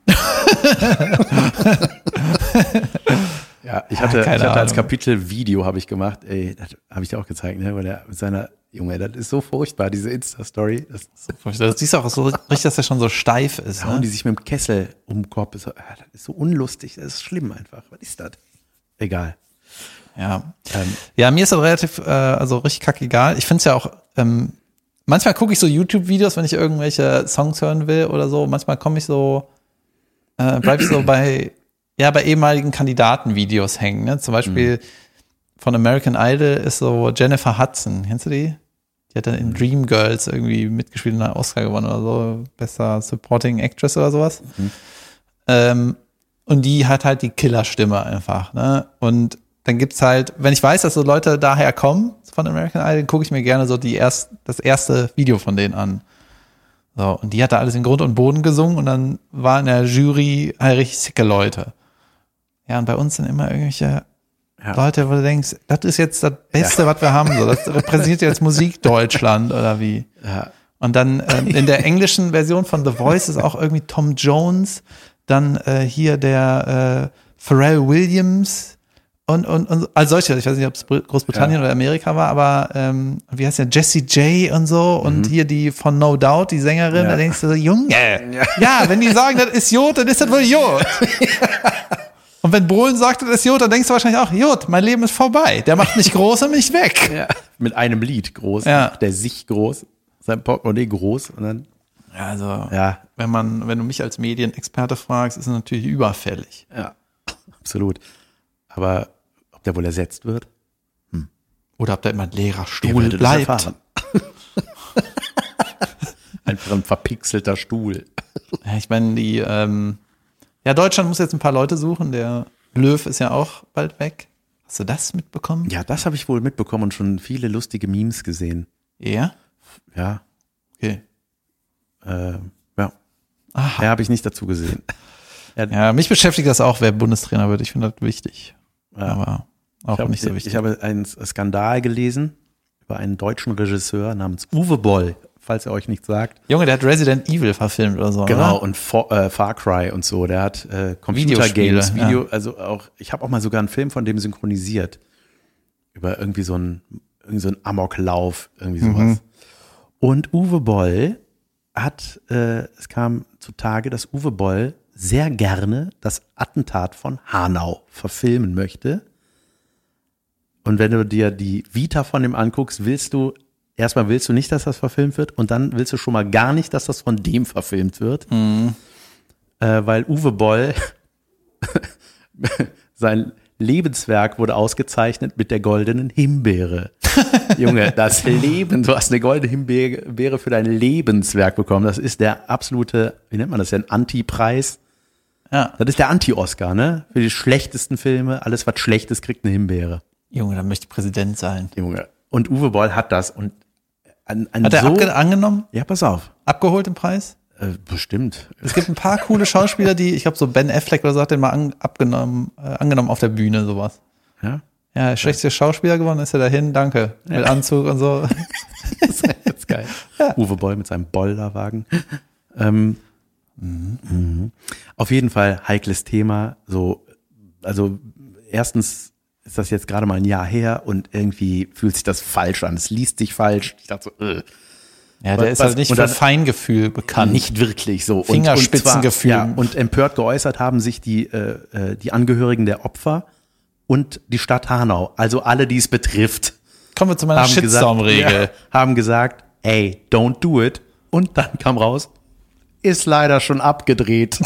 Ja, ich hatte, keine ich hatte als Ahnung. Kapitel Video habe ich gemacht. Ey, das habe ich dir auch gezeigt, ne? Weil er mit seiner, Junge, das ist so furchtbar, diese Insta-Story. Das, Das siehst du auch so richtig, dass er schon so steif ist. hauen die Ne? sich mit dem Kessel um den Kopf. Das ist so- ah, das ist so unlustig, das ist schlimm einfach. Was ist das? Egal. Ja. Ähm, Ja, mir ist das relativ, äh, also richtig kackegal. Ich finde es ja auch, ähm, manchmal gucke ich so YouTube-Videos, wenn ich irgendwelche Songs hören will oder so. Manchmal komme ich so, äh, bleib ich so bei, ja, bei ehemaligen Kandidatenvideos hängen. Ne? Zum Beispiel von American Idol ist so Jennifer Hudson. Kennst du die? Die hat dann in Dreamgirls irgendwie mitgespielt und einen Oscar gewonnen oder so. Bester Supporting Actress oder sowas. Ähm, und die hat halt die Killerstimme einfach. Ne? Und dann gibt's halt, wenn ich weiß, dass so Leute daher kommen von American Idol, gucke ich mir gerne so die erst, das erste Video von denen an. So, und die hat da alles in Grund und Boden gesungen und dann war in der Jury halt richtig sicke Leute. Ja, und bei uns sind immer irgendwelche Ja. Leute, wo du denkst, das ist jetzt das Beste, was wir haben. So, das repräsentiert jetzt Musik Deutschland oder wie. ja. Und dann ähm, in der englischen Version von The Voice ist auch irgendwie Tom Jones, dann äh, hier der äh, Pharrell Williams Und, und, und als solche, ich weiß nicht, ob es Großbritannien ja. oder Amerika war, aber ähm, wie heißt der, Jessie J und so und mhm. hier die von No Doubt, die Sängerin, ja. da denkst du so, Junge, ja. ja, wenn die sagen, das ist Jod, dann ist das wohl Jod. Und wenn Bohlen sagt, das ist Jod, dann denkst du wahrscheinlich auch, Jod, mein Leben ist vorbei. Der macht mich groß und mich weg. Ja. Mit einem Lied groß, ja. der sich groß, sein Portemonnaie groß und dann. Ja, also, ja. wenn man, wenn du mich als Medienexperte fragst, ist es natürlich überfällig. Ja, absolut. Aber ob der wohl ersetzt wird? Hm. Oder ob der immer ein leerer Stuhl bleibt. Einfach ein verpixelter Stuhl. Ja, ich meine, die, ähm, ja, Deutschland muss jetzt ein paar Leute suchen. Der Löw ist ja auch bald weg. Hast du das mitbekommen? Ja, das habe ich wohl mitbekommen und schon viele lustige Memes gesehen. Ja? Ja. Okay. Äh, ja. Aha. Ja, habe ich nicht dazu gesehen. Ja, mich beschäftigt das auch, wer Bundestrainer wird. Ich finde das wichtig. Ja. Aber auch ich hab, nicht so wichtig. Ich habe einen Skandal gelesen über einen deutschen Regisseur namens Uwe Boll, falls er euch nichts sagt. Junge, der hat Resident Evil verfilmt oder so, Genau, oder? und For, äh, Far Cry und so. Der hat äh, Computergames, Video, ja. also auch, ich habe auch mal sogar einen Film von dem synchronisiert. Über irgendwie so einen, irgendwie so einen Amoklauf, irgendwie sowas. Mhm. Und Uwe Boll hat, äh, es kam zutage, dass Uwe Boll sehr gerne das Attentat von Hanau verfilmen möchte. Und wenn du dir die Vita von dem anguckst, willst du, erstmal willst du nicht, dass das verfilmt wird und dann willst du schon mal gar nicht, dass das von dem verfilmt wird. Mhm. Äh, weil Uwe Boll, sein Lebenswerk wurde ausgezeichnet mit der goldenen Himbeere. Junge, das Leben, du hast eine goldene Himbeere für dein Lebenswerk bekommen. Das ist der absolute, wie nennt man das denn, Anti-Preis. Ja. Das ist der Anti-Oscar, ne? Für die schlechtesten Filme, alles was schlecht ist, kriegt eine Himbeere. Junge, dann möchte ich Präsident sein. Junge. Und Uwe Boll hat das. Und an, an hat er so, abge- angenommen? Ja, pass auf. Abgeholt den Preis? Äh, bestimmt. Es gibt ein paar coole Schauspieler, die, ich glaube so Ben Affleck oder so hat den mal an, abgenommen, äh, angenommen auf der Bühne, sowas. Ja? Ja, schlechtester Schauspieler gewonnen, ist er dahin, danke. Mit ja. Anzug und so. Das ist jetzt geil. Ja. Uwe Boll mit seinem Bollerwagen. Ähm, mhm. Mhm. Auf jeden Fall heikles Thema. So, also erstens ist das jetzt gerade mal ein Jahr her und irgendwie fühlt sich das falsch an. Es liest sich falsch. Ich dachte so, äh. Ja, der ist was, halt nicht für dann, Feingefühl bekannt. Nicht wirklich so. Fingerspitzengefühl. Und, und, zwar, ja, und empört geäußert haben sich die, äh, die Angehörigen der Opfer und die Stadt Hanau. Also alle, die es betrifft. Kommen wir zu meiner Shitstorm-Regel. Ja, haben gesagt, ey, don't do it. Und dann kam raus, ist leider schon abgedreht.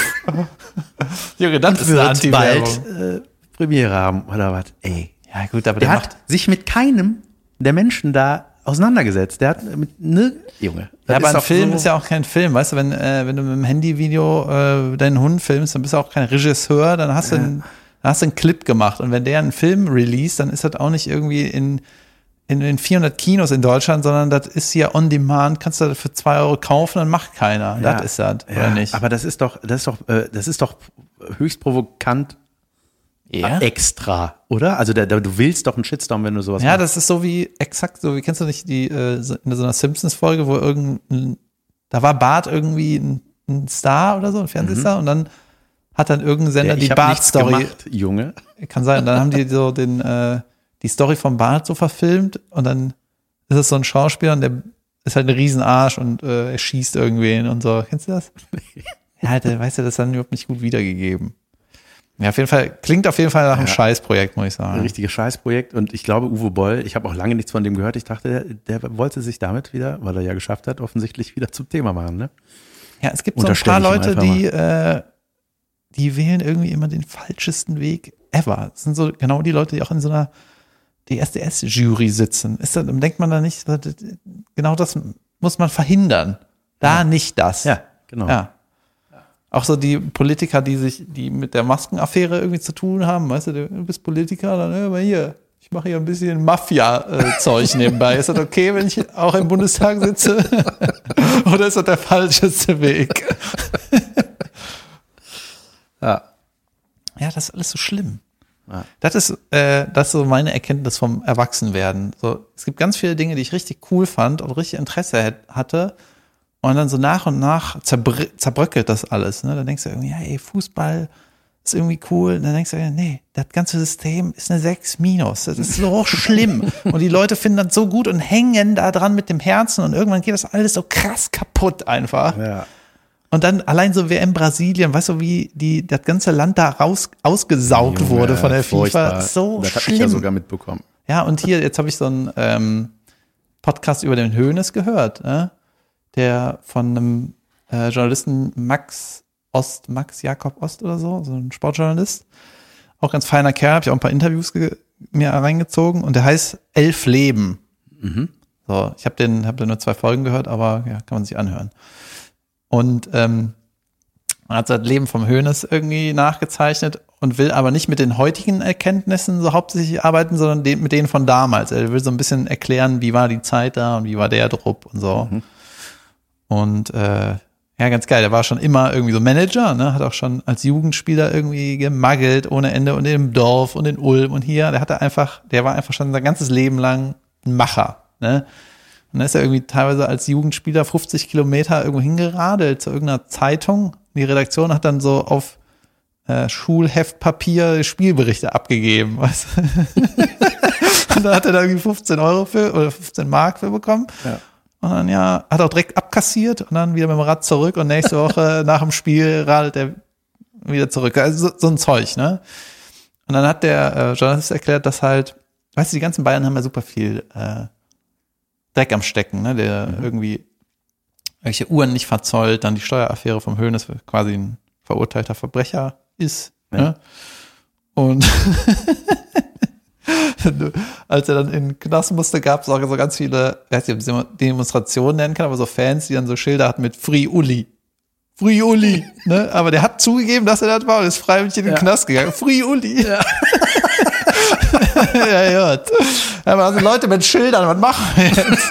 Junge, das ist eine Anti-Werbung. Bald äh, Premiere haben oder was. Ey. Ja gut, aber der, der hat macht sich mit keinem der Menschen da auseinandergesetzt. Der hat mit ne Junge. Ja, aber ein Film so ist ja auch kein Film, weißt du, wenn äh, wenn du mit dem Handyvideo äh, deinen Hund filmst, dann bist du auch kein Regisseur, dann hast du ja. einen, dann hast du einen Clip gemacht und wenn der einen Film release, dann ist das auch nicht irgendwie in in den vierhundert Kinos in Deutschland, sondern das ist hier on demand, kannst du das für zwei Euro kaufen, dann macht keiner. Ja. Das ist das, ja, oder nicht? Aber das ist doch, das ist doch, äh, das ist doch höchst provokant. Ja. Extra, oder? Also der, der, du willst doch einen Shitstorm, wenn du sowas ja, machst. Das ist so wie, exakt so, wie kennst du nicht die, äh, in so einer Simpsons-Folge, wo irgendein, da war Bart irgendwie ein, ein Star oder so, ein Fernsehstar, mhm. und dann hat dann irgendein Sender ja, die Bart-Story. Junge. Kann sein, und dann haben die so den, äh, die Story vom Bart so verfilmt und dann ist es so ein Schauspieler und der ist halt ein Riesenarsch und äh, er schießt irgendwen und so. Kennst du das? Ja, der weiß ja das dann überhaupt nicht gut wiedergegeben. Ja, auf jeden Fall, klingt auf jeden Fall nach einem ja, Scheißprojekt, muss ich sagen. Ein richtiges Scheißprojekt und ich glaube, Uwe Boll, ich habe auch lange nichts von dem gehört, ich dachte, der, der wollte sich damit wieder, weil er ja geschafft hat, offensichtlich wieder zum Thema machen, ne? Ja, es gibt so ein paar Leute, die, äh, die wählen irgendwie immer den falschesten Weg ever. Das sind so genau die Leute, die auch in so einer D S D S-Jury sitzen. Ist das, denkt man da nicht, genau das muss man verhindern. Da ja. nicht das. Ja, genau. Ja. Auch so die Politiker, die sich, die mit der Maskenaffäre irgendwie zu tun haben, weißt du, du bist Politiker, dann hör mal hier, ich mache hier ein bisschen Mafia-Zeug nebenbei. Ist das okay, wenn ich auch im Bundestag sitze? Oder ist das der falscheste Weg? Ja. Ja, das ist alles so schlimm. Ja. Das ist, äh, das ist so meine Erkenntnis vom Erwachsenwerden. So, es gibt ganz viele Dinge, die ich richtig cool fand und richtig Interesse hat, hatte. Und dann so nach und nach zerbrö- zerbröckelt das alles. Ne? Dann denkst du irgendwie, ja, ey, Fußball, ist irgendwie cool. Und dann denkst du, ja, nee, das ganze System ist eine sechs minus. Das ist so schlimm. Und die Leute finden das so gut und hängen da dran mit dem Herzen und irgendwann geht das alles so krass kaputt einfach. Ja. Und dann allein so W M Brasilien, weißt du, wie die das ganze Land da raus ausgesaugt Junge, wurde von der furchtbar. FIFA. So das schlimm. habe ich ja sogar mitbekommen. Ja, und hier, jetzt habe ich so einen ähm, Podcast über den Hoeneß gehört, äh? der von einem äh, Journalisten Max Ost, Max Jakob Ost oder so, so ein Sportjournalist. Auch ganz feiner Kerl, habe ich auch ein paar Interviews ge- mir reingezogen und der heißt Elf Leben. Mhm. So, ich habe den, habe da nur zwei Folgen gehört, aber ja, kann man sich anhören. Und ähm, man hat das Leben vom Hoeneß irgendwie nachgezeichnet und will aber nicht mit den heutigen Erkenntnissen so hauptsächlich arbeiten, sondern de- mit denen von damals. Er will so ein bisschen erklären, wie war die Zeit da und wie war der Druck und so. Mhm. Und äh, ja, ganz geil. Der war schon immer irgendwie so Manager, ne? Hat auch schon als Jugendspieler irgendwie gemaggelt ohne Ende und im Dorf und in Ulm und hier. Der hatte einfach, der war einfach schon sein ganzes Leben lang ein Macher, ne? Und dann ist er irgendwie teilweise als Jugendspieler fünfzig Kilometer irgendwo hingeradelt zu irgendeiner Zeitung. Die Redaktion hat dann so auf äh, Schulheftpapier Spielberichte abgegeben, weißt du? Und dann hat er da irgendwie fünfzehn Euro für oder fünfzehn Mark für bekommen. Ja. Und dann, ja, hat auch direkt abkassiert und dann wieder mit dem Rad zurück und nächste Woche nach dem Spiel radelt er wieder zurück. Also so, so ein Zeug, ne? Und dann hat der äh, Journalist erklärt, dass halt, weißt du, die ganzen Bayern haben ja super viel äh, Dreck am Stecken, ne? Der mhm. irgendwie welche Uhren nicht verzollt, dann die Steueraffäre vom Hoeneß quasi ein verurteilter Verbrecher ist, ja. Ne? Und als er dann in den Knast musste, gab es auch so ganz viele, ich weiß nicht, ob man Demonstrationen nennen kann, aber so Fans, die dann so Schilder hatten mit Free Uli. Free Uli. Ne? Aber der hat zugegeben, dass er das war und ist freiwillig in den ja. Knast gegangen. Free Uli. Ja, ja, gut. Aber also Leute mit Schildern, was machen wir jetzt?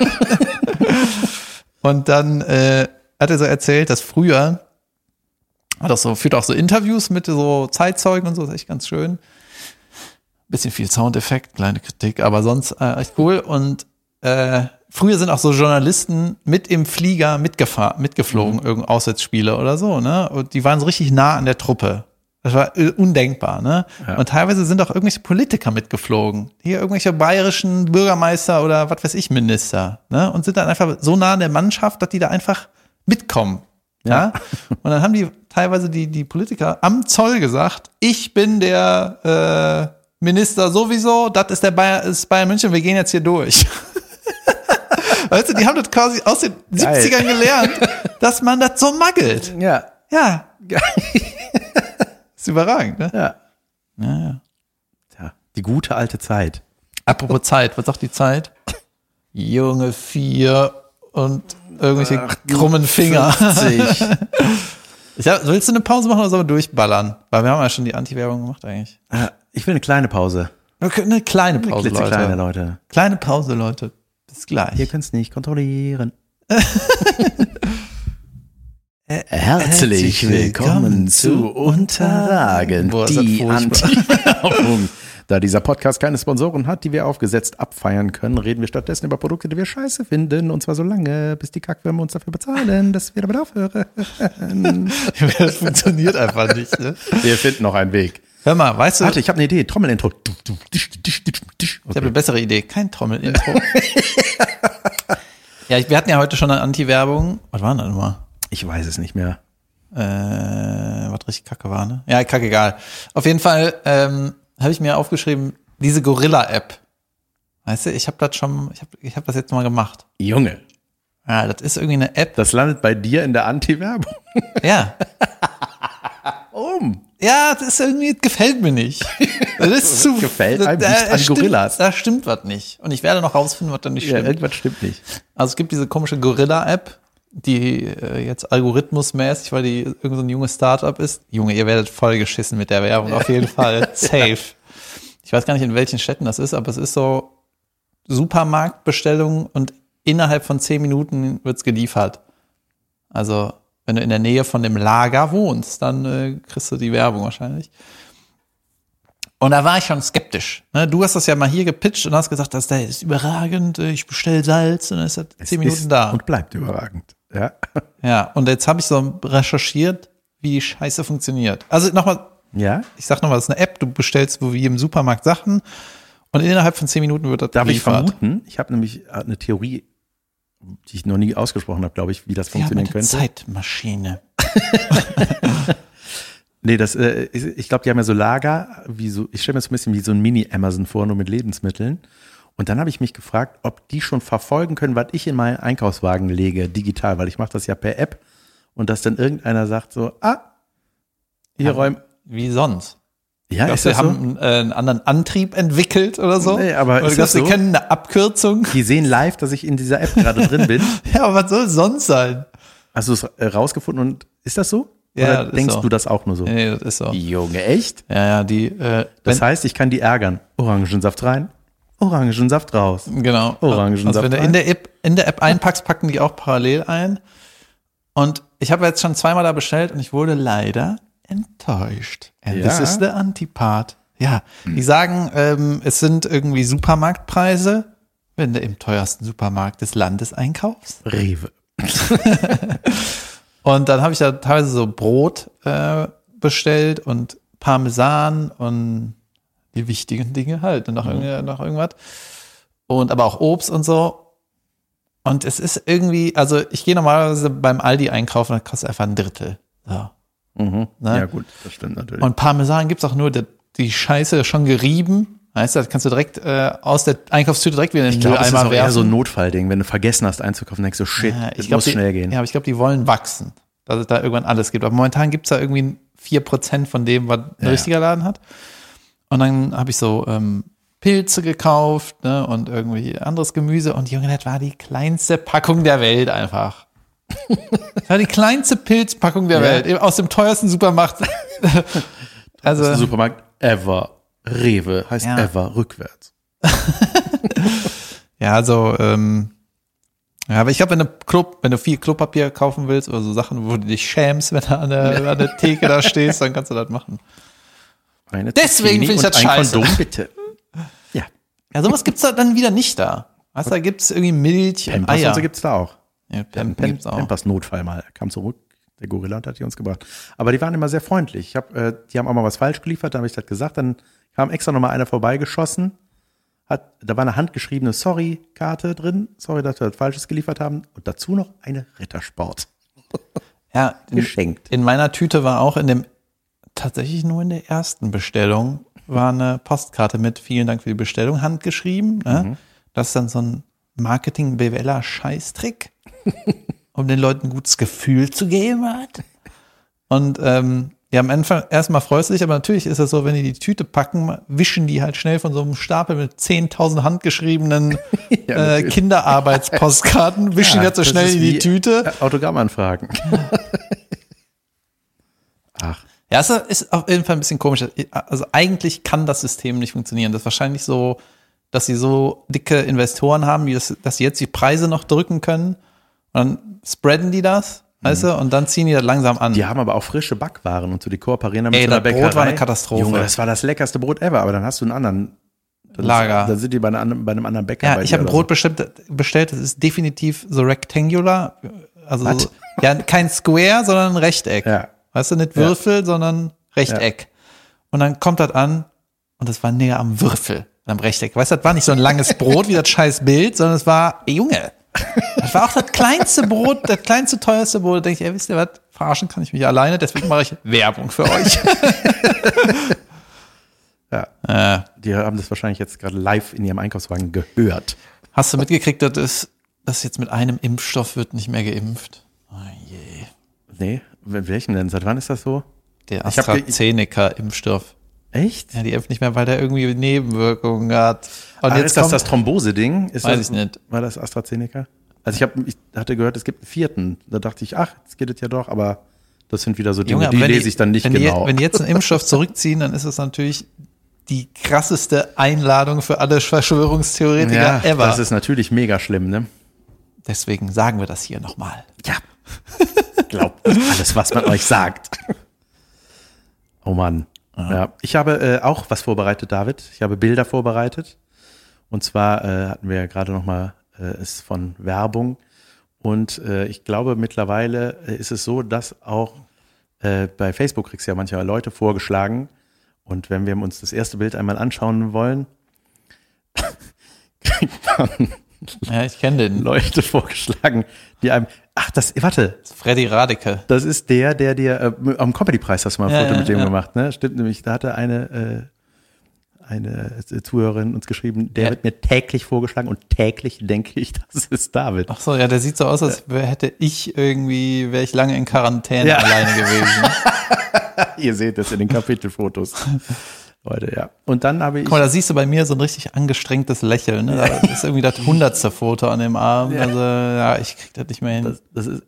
Und dann äh, hat er so erzählt, dass früher, hat auch so, führt auch so Interviews mit so Zeitzeugen und so, das ist echt ganz schön. Bisschen viel Soundeffekt, kleine Kritik, aber sonst äh, echt cool. Und äh, früher sind auch so Journalisten mit im Flieger mitgefahren, mitgeflogen, mhm. irgendein Auswärtsspiele oder so, ne? Und die waren so richtig nah an der Truppe. Das war äh, undenkbar, ne? Ja. Und teilweise sind auch irgendwelche Politiker mitgeflogen. Hier irgendwelche bayerischen Bürgermeister oder was weiß ich, Minister, ne? Und sind dann einfach so nah an der Mannschaft, dass die da einfach mitkommen. Ja. ja? Und dann haben die teilweise die, die Politiker am Zoll gesagt, ich bin der äh, Minister sowieso, das ist der Bayer, ist Bayern München, wir gehen jetzt hier durch. Weißt du, die haben das quasi aus den Geil. siebzigern gelernt, dass man das so maggelt. Ja. Ja. Geil. Ist überragend, ne? Ja. Ja, ja. Tja, die gute alte Zeit. Apropos Zeit, was sagt die Zeit? Junge vier und irgendwelche Ach, krummen Finger. Ich hab, willst du eine Pause machen oder sollen wir durchballern? Weil wir haben ja schon die Anti-Werbung gemacht eigentlich. Ich will eine kleine Pause. Okay, eine kleine Pause, eine Leute. Kleine, Leute. Kleine Pause, Leute. Bis gleich. Ihr könnt es nicht kontrollieren. Herzlich willkommen zu Unterragend, Boah, die Anti-Werbung. Da dieser Podcast keine Sponsoren hat, die wir aufgesetzt abfeiern können, reden wir stattdessen über Produkte, die wir scheiße finden. Und zwar so lange, bis die Kackwürmer uns dafür bezahlen, dass wir damit aufhören. Das funktioniert einfach nicht, ne? Wir finden noch einen Weg. Hör mal, weißt du... Warte, ich habe eine Idee. Trommelintro. Okay. Ich habe eine bessere Idee. Kein Trommelintro. Ja, wir hatten ja heute schon eine Anti-Werbung. Was war denn das nochmal? Ich weiß es nicht mehr. Äh, was richtig kacke war, ne? Ja, kacke, egal. Auf jeden Fall ähm, habe ich mir aufgeschrieben, diese Gorilla-App. Weißt du, ich habe das schon, ich habe ich hab das jetzt mal gemacht. Junge. Ja, das ist irgendwie eine App. Das landet bei dir in der Anti-Werbung. Ja. Um. Ja, das ist irgendwie, das gefällt mir nicht. Das ist zu. Gefällt einem da, nicht an stimmt, Gorillas. Da stimmt was nicht. Und ich werde noch rausfinden, was da nicht Ja, stimmt. irgendwas stimmt nicht. Also es gibt diese komische Gorilla-App, die äh, jetzt algorithmusmäßig, weil die irgend so ein junges Startup ist. Junge, ihr werdet voll geschissen mit der Werbung, auf jeden Fall. Safe. Ich weiß gar nicht, in welchen Städten das ist, aber es ist so Supermarktbestellung und innerhalb von zehn Minuten wird's geliefert. Also wenn du in der Nähe von dem Lager wohnst, dann äh, kriegst du die Werbung wahrscheinlich. Und da war ich schon skeptisch. Ne? Du hast das ja mal hier gepitcht und hast gesagt, das ist überragend, ich bestelle Salz und dann ist das zehn Minuten ist da. Und bleibt überragend. Ja. Ja, und jetzt habe ich so recherchiert, wie die Scheiße funktioniert. Also nochmal Ja? Ich sag nochmal, das ist eine App, du bestellst wo wie im Supermarkt Sachen und innerhalb von zehn Minuten wird das Darf ich geliefert. vermuten? Ich habe nämlich eine Theorie, die ich noch nie ausgesprochen habe, glaube ich, wie das Wir haben funktionieren eine könnte. Zeitmaschine. Nee, das, äh, ich, ich glaube, die haben ja so Lager, wie so, ich stelle mir so ein bisschen wie so ein Mini-Amazon vor, nur mit Lebensmitteln. Und dann habe ich mich gefragt, ob die schon verfolgen können, was ich in meinen Einkaufswagen lege, digital, weil ich mache das ja per App und dass dann irgendeiner sagt so, ah, hier Ja, räumen. Wie sonst? Ja, Glaubst ist du, das die so? haben äh, einen anderen Antrieb entwickelt oder so? Nee, aber oder ist glaubst, das die so? kennen eine Abkürzung? Die sehen live, dass ich in dieser App gerade drin bin. Ja, aber was soll es sonst sein? Hast du es äh, rausgefunden und ist das so? Ja, Oder das ist denkst so. du das auch nur so? Nee, das ist so. Junge, echt? Ja, ja, die, äh, Das wenn, heißt, ich kann die ärgern. Orangensaft rein, Orangensaft raus. genau. Orangensaft Also wenn du rein. in der App, in der App einpackst, packen die auch parallel ein. Und ich habe jetzt schon zweimal da bestellt und ich wurde leider enttäuscht. And Ja. this is the Antipart. Ja, die sagen, ähm, es sind irgendwie Supermarktpreise, wenn du im teuersten Supermarkt des Landes einkaufst. Rewe. Und dann habe ich da teilweise so Brot äh, bestellt und Parmesan und die wichtigen Dinge halt und noch, Mhm. irgend, noch irgendwas. Und aber auch Obst und so. Und es ist irgendwie, also ich gehe normalerweise beim Aldi einkaufen, da kostet einfach ein Drittel. So. Mhm. Ne? Ja gut, das stimmt natürlich. Und Parmesan gibt's auch nur die, die Scheiße schon gerieben. Weißt du, das kannst du direkt äh, aus der Einkaufstüte direkt wieder in ich den glaube, es ist Mülleimer auch eher werfen. so ein Notfallding, wenn du vergessen hast einzukaufen, denkst du, shit, Ja, es ich glaub, muss die, schnell gehen. Ja, aber ich glaube, die wollen wachsen, dass es da irgendwann alles gibt. Aber momentan gibt's da irgendwie vier Prozent von dem, was ein Ja. richtiger Laden hat. Und dann habe ich so ähm, Pilze gekauft, ne, und irgendwie anderes Gemüse. Und Junge, das war die kleinste Packung der Welt einfach. Das war die kleinste Pilzpackung der Ja. Welt. Eben aus dem teuersten Supermarkt. Also, Das ist ein Supermarkt ever. Rewe heißt Ja. ever rückwärts. ja, also, ähm, ja, aber ich glaube, wenn du Klo, wenn du viel Klopapier kaufen willst oder so Sachen, wo du dich schämst, wenn du an der, an der Theke da stehst, dann kannst du das machen. Eine Deswegen Zucchini finde ich und das ein scheiße. Kondom, bitte. Ja, Ja, sowas gibt's da dann wieder nicht da. Weißt du, da gibt's irgendwie Milch und Pampers Eier. und so gibt's da auch. Ja, Wir hatten Pam- gibt's auch. Pampers Notfall mal. Er kam zurück, der Gorilla, und hat die uns gebracht. Aber die waren immer sehr freundlich. Ich hab, äh, die haben auch mal was falsch geliefert, dann habe ich das gesagt. Dann kam extra nochmal einer vorbeigeschossen. Hat, da war eine handgeschriebene Sorry-Karte drin. Sorry, dass wir das Falsches geliefert haben. Und dazu noch eine Rittersport. Ja, in, Geschenkt. in meiner Tüte war auch in dem, tatsächlich nur in der ersten Bestellung, war eine Postkarte mit vielen Dank für die Bestellung, handgeschrieben. Ne? Mhm. Das ist dann so ein Marketing-Beweller-Scheißtrick, um den Leuten ein gutes Gefühl zu geben. Halt. Und ähm, ja, am Anfang erstmal freust du dich, aber natürlich ist es so, wenn die die Tüte packen, wischen die halt schnell von so einem Stapel mit zehntausend handgeschriebenen Ja, äh, natürlich. Kinderarbeitspostkarten, wischen die halt so das schnell ist in die wie, Tüte. äh, Autogrammanfragen. Ach, Ja, es ist auf jeden Fall ein bisschen komisch. Also eigentlich kann das System nicht funktionieren. Das ist wahrscheinlich so, dass sie so dicke Investoren haben, die das, dass sie jetzt die Preise noch drücken können. Und dann spreaden die das, weißt du, und dann ziehen die das langsam an. die haben aber auch frische Backwaren und so, die kooperieren damit Ey, so einer das Brot Bäckerei. war eine Katastrophe. Junge, das war das leckerste Brot ever, aber dann hast du einen anderen dann Lager. Ist, dann sind die bei, einer, anderen- bei einem anderen Bäcker. Ja, bei ich dir habe ein oder Brot bestellt, bestellt, das ist definitiv so rectangular. Also Was? so, ja, kein Square, sondern ein Rechteck. Ja. Weißt du, nicht Würfel, sondern Rechteck. Und dann kommt das an und das war näher am Würfel, am Rechteck. Weißt du, das war nicht so ein langes Brot wie das scheiß Bild, sondern es war, ey, Junge, das war auch das kleinste Brot, das kleinste, teuerste Brot. Da denke ich, ey, wisst ihr was, verarschen kann ich mich alleine, deswegen mache ich Werbung für euch. Ja. äh, Die haben das wahrscheinlich jetzt gerade live in ihrem Einkaufswagen gehört. hast du mitgekriegt, dass es, dass jetzt mit einem Impfstoff wird nicht mehr geimpft? Oh je. Nee, wel- welchen denn? Seit wann ist das so? Der Ich hab ge- AstraZeneca-Impfstoff. Echt? Ja, die impft nicht mehr, weil der irgendwie Nebenwirkungen hat. Und Ah, jetzt ist das kommt, das Thrombose-Ding? Ist Weiß das, ich nicht. War das AstraZeneca? Also ich, hab, ich hatte gehört, es gibt einen vierten. Da dachte ich, ach, jetzt geht es ja doch, aber das sind wieder so Dinge, Junge, aber die wenn lese ich dann nicht wenn genau. Die, wenn die jetzt einen Impfstoff zurückziehen, dann ist es natürlich die krasseste Einladung für alle Verschwörungstheoretiker ja, ever. das ist natürlich mega schlimm, ne? Deswegen sagen wir das hier nochmal. Ja. Glaubt nicht alles, was man euch sagt. Oh Mann. Ja, ich habe äh, auch was vorbereitet, David. Ich habe Bilder vorbereitet. Und zwar äh, hatten wir ja gerade noch mal äh, es von Werbung. Und äh, ich glaube, mittlerweile äh, ist es so, dass auch äh, bei Facebook kriegst du ja manchmal Leute vorgeschlagen. Und wenn wir uns das erste Bild einmal anschauen wollen, kriegt man Ja, ich kenne den. Leute vorgeschlagen, die einem, ach, das, warte, Freddy Radeke. das ist der, der dir, äh, am Comedy-Preis hast du mal ein Ja, Foto ja, mit dem ja. gemacht, ne? Stimmt nämlich, da hatte eine, äh, eine Zuhörerin uns geschrieben, der Ja. wird mir täglich vorgeschlagen und täglich denke ich, das ist David. Ach so, ja, der sieht so aus, als wär, hätte ich irgendwie, wäre ich lange in Quarantäne Ja. alleine gewesen. Ihr seht es in den Kapitelfotos. Leute, ja. Und dann habe ich, Guck mal, da siehst du bei mir so ein richtig angestrengtes Lächeln. Ne? Das ist irgendwie das hundertste Foto an dem Arm. Ja. Also, ja, ich krieg das nicht mehr hin. das, das ist,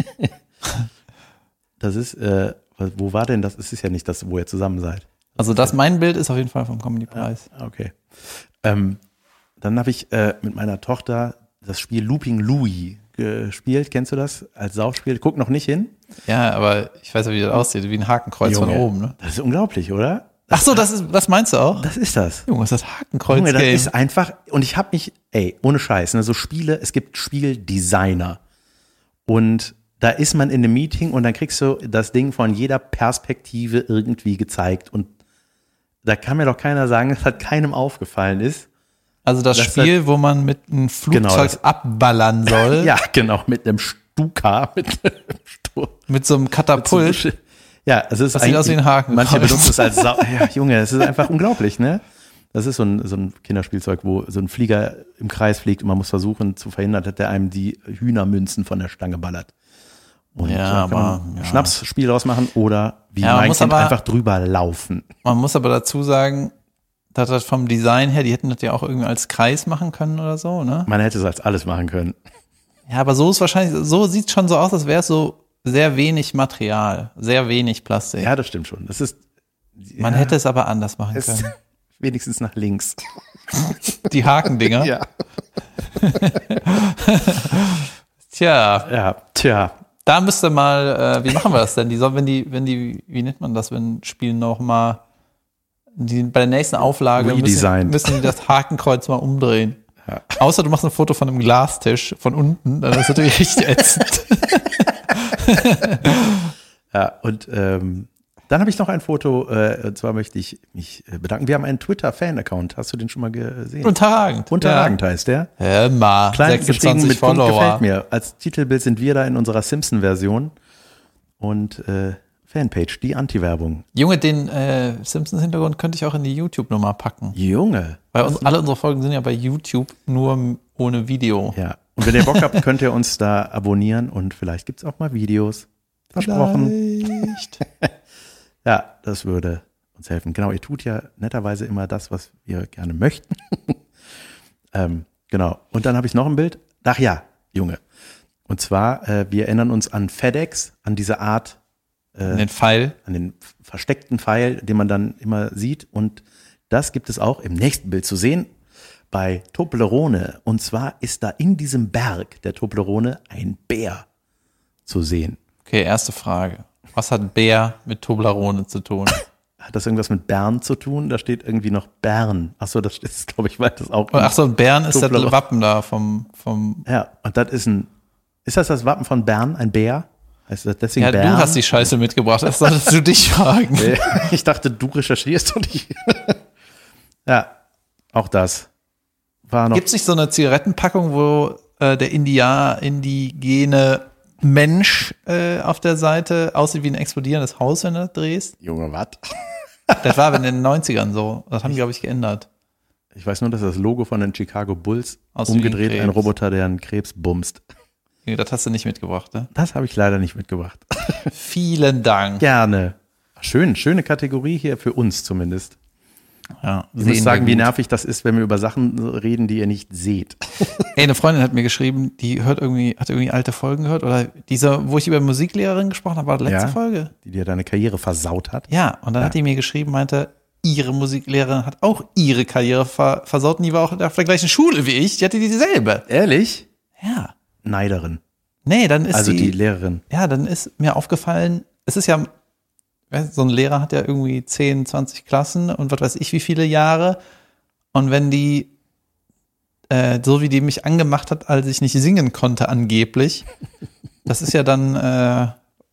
das ist, äh, wo war denn das? Es ist ja nicht das, wo ihr zusammen seid. Also das, mein Bild ist auf jeden Fall vom Comedy-Preis. Okay. Ähm, dann habe ich äh, mit meiner Tochter das Spiel Looping Louie gespielt. Kennst du das als Saufspiel? Guck noch nicht hin. Ja, aber ich weiß ja, wie das aussieht. Wie ein Hakenkreuz Junge, von oben. Ne? Das ist unglaublich, oder? Ach so, das ist, das meinst du auch? Das ist das. Junge, was ist das Hakenkreuz? Junge, das Game? ist einfach, und ich habe mich, ey, ohne Scheiß, ne, so Spiele, es gibt Spieldesigner. Und da ist man in einem Meeting und dann kriegst du das Ding von jeder Perspektive irgendwie gezeigt. Und da kann mir doch keiner sagen, dass das keinem aufgefallen ist. Also das, Das Spiel, wo man mit einem Flugzeug Genau, das- abballern soll, Ja, genau, mit einem Stuka, mit einem Stur. mit so einem Katapult. So- Ja, es ist Das sieht aus wie ein Hakenkreuz. Manche benutzen es als Sau. Ja, Junge, es ist einfach unglaublich, ne? Das ist so ein, so ein Kinderspielzeug, wo so ein Flieger im Kreis fliegt und man muss versuchen zu verhindern, dass der einem die Hühnermünzen von der Stange ballert. Und Ja, da kann man aber, ein ja. Schnapsspiel draus machen oder wie Ja, man mein muss Kind aber- einfach drüber laufen. Man muss aber dazu sagen, dass das vom Design her, die hätten das ja auch irgendwie als Kreis machen können oder so, ne? Man hätte es als alles machen können. Ja, aber so ist wahrscheinlich, so sieht schon so aus, als wäre es so sehr wenig Material, sehr wenig Plastik. Ja, das stimmt schon. Das ist, Man ja, hätte es aber anders machen es können. wenigstens nach links. Die Hakendinger. Ja. Tja, Ja, tja. da müsste mal, äh, wie machen wir das denn? Die sollen, wenn die, wenn die, wie nennt man das, wenn Spiel noch mal, die, bei der nächsten Auflage müssen, Redesigned. müssen die das Hakenkreuz mal umdrehen. Ja. Außer du machst ein Foto von einem Glastisch von unten, dann ist das natürlich richtig ätzend. Ja, und ähm, dann habe ich noch ein Foto, äh, und zwar möchte ich mich äh, bedanken. Wir haben einen Twitter-Fan-Account. Hast du den schon mal gesehen? Unterragend. Unterragend heißt der. Ja. Hör mal, Klein geschrieben sechsundzwanzig mit Punkt Follower. gefällt mir. Als Titelbild sind wir da in unserer Simpson-Version und äh, Fanpage, die Anti-Werbung. Junge, den äh, Simpsons-Hintergrund könnte ich auch in die YouTube-Nummer packen. Junge. Weil uns, alle unsere Folgen sind ja bei YouTube nur m- ohne Video. Ja, und wenn ihr Bock habt, könnt ihr uns da abonnieren und vielleicht gibt's auch mal Videos. Versprochen. Vielleicht. Ja, das würde uns helfen. Genau, ihr tut ja netterweise immer das, was wir gerne möchten. ähm, genau. Und dann habe ich noch ein Bild. Ach ja, Junge. Und zwar, äh, wir erinnern uns an FedEx, an diese Art, In den Pfeil. an den versteckten Pfeil, den man dann immer sieht. Und das gibt es auch im nächsten Bild zu sehen bei Toblerone. Und zwar ist da in diesem Berg der Toblerone ein Bär zu sehen. Okay, erste Frage. Was hat Bär mit Toblerone zu tun? Hat das irgendwas mit Bern zu tun? Da steht irgendwie noch Bern. Achso, das ist, glaube ich, weil das auch. Ach so, Bern ist das Toblerone. Wappen da vom, vom, Ja, und das ist ein, ist das das Wappen von Bern, ein Bär? Heißt das deswegen ja, Bern? du hast die Scheiße mitgebracht, das solltest du dich fragen. Ich dachte, du recherchierst und ich. Ja, auch das. War noch. Gibt es nicht so eine Zigarettenpackung, wo äh, der India, indigene Mensch äh, auf der Seite aussieht wie ein explodierendes Haus, wenn du das drehst? Junge, was? Das war in den neunzigern so. Das haben die, glaube ich, geändert. Ich weiß nur, dass das Logo von den Chicago Bulls Aussieht wie ein umgedreht ein Krebs. Roboter, der einen Krebs bumst. Das hast du nicht mitgebracht, ne? Das habe ich leider nicht mitgebracht. Vielen Dank. Gerne. Schön, schöne Kategorie hier für uns zumindest. Ja, Ich muss sehen sagen, wir wie gut. nervig das ist, wenn wir über Sachen reden, die ihr nicht seht. Ey, eine Freundin hat mir geschrieben, die hört irgendwie, hat irgendwie alte Folgen gehört oder diese, wo ich über Musiklehrerin gesprochen habe, war die letzte Ja. Folge. Die dir deine Karriere versaut hat. Ja, und dann Ja. hat die mir geschrieben, meinte, ihre Musiklehrerin hat auch ihre Karriere ver versaut und die war auch auf der gleichen Schule wie ich, die hatte dieselbe. Ehrlich? Ja. Neiderin. Nee, dann ist Also die, die Lehrerin. ja, dann ist mir aufgefallen, es ist ja, weißt du, so ein Lehrer hat ja irgendwie zehn, zwanzig Klassen und was weiß ich wie viele Jahre. Und wenn die, äh, so wie die mich angemacht hat, als ich nicht singen konnte angeblich, das ist ja dann, äh,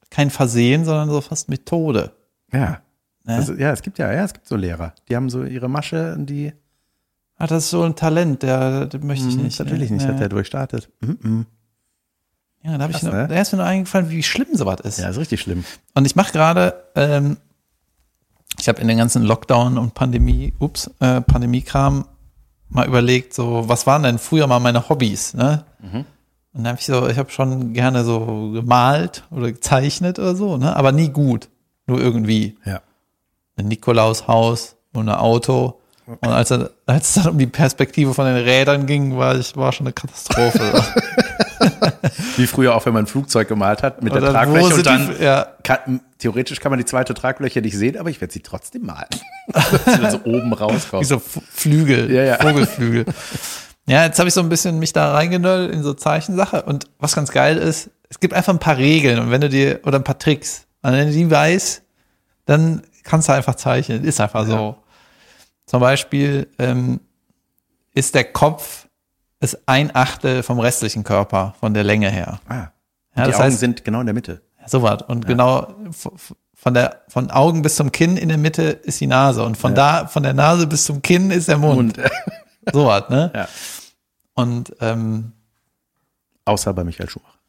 kein Versehen, sondern so fast Methode. Ja. Ne? Also, ja, es gibt ja, ja, es gibt so Lehrer. Die haben so ihre Masche, die. Ah, das ist so ein Talent, der, der möchte ich Hm, nicht. Natürlich ne? nicht, ja. hat der durchstartet. Mhm. Ja, da habe ich Krass, nur, ne? da ist mir nur eingefallen, wie schlimm sowas ist. Ja, ist richtig schlimm. Und ich mache gerade, ähm, ich habe in den ganzen Lockdown und Pandemie, ups, äh, Pandemiekram mal überlegt, so, was waren denn früher mal meine Hobbys, ne? Mhm. Und dann habe ich so, ich habe schon gerne so gemalt oder gezeichnet oder so, ne? Aber nie gut. Nur irgendwie. Ja. Ein Nikolaushaus und ein Auto. Und als, er, als es dann um die Perspektive von den Rädern ging, war ich, war schon eine Katastrophe. Wie früher auch, wenn man ein Flugzeug gemalt hat mit Und der dann, wo Tragfläche sind und dann die- ja. kann, theoretisch kann man die zweite Tragfläche nicht sehen, aber ich werde sie trotzdem malen. Dass sie dann so oben rauskommt. Wie so F- Flügel, Ja, ja. Vogelflügel. Ja, jetzt habe ich so ein bisschen mich da reingenördet in so Zeichensache. Und was ganz geil ist, es gibt einfach ein paar Regeln und wenn du dir, oder ein paar Tricks, und wenn du die weißt, dann kannst du einfach zeichnen. Ist einfach so. Ja. Zum Beispiel ähm, ist der Kopf ist ein Achtel vom restlichen Körper, von der Länge her. Ah. Ja, die das Augen heißt, sind genau in der Mitte. so was. Und genau f- f- von der von Augen bis zum Kinn in der Mitte ist die Nase. Und von Ja. da, von der Nase bis zum Kinn ist der Mund. Und, So was, ne? ja. Und ähm, Außer bei Michael Schumacher.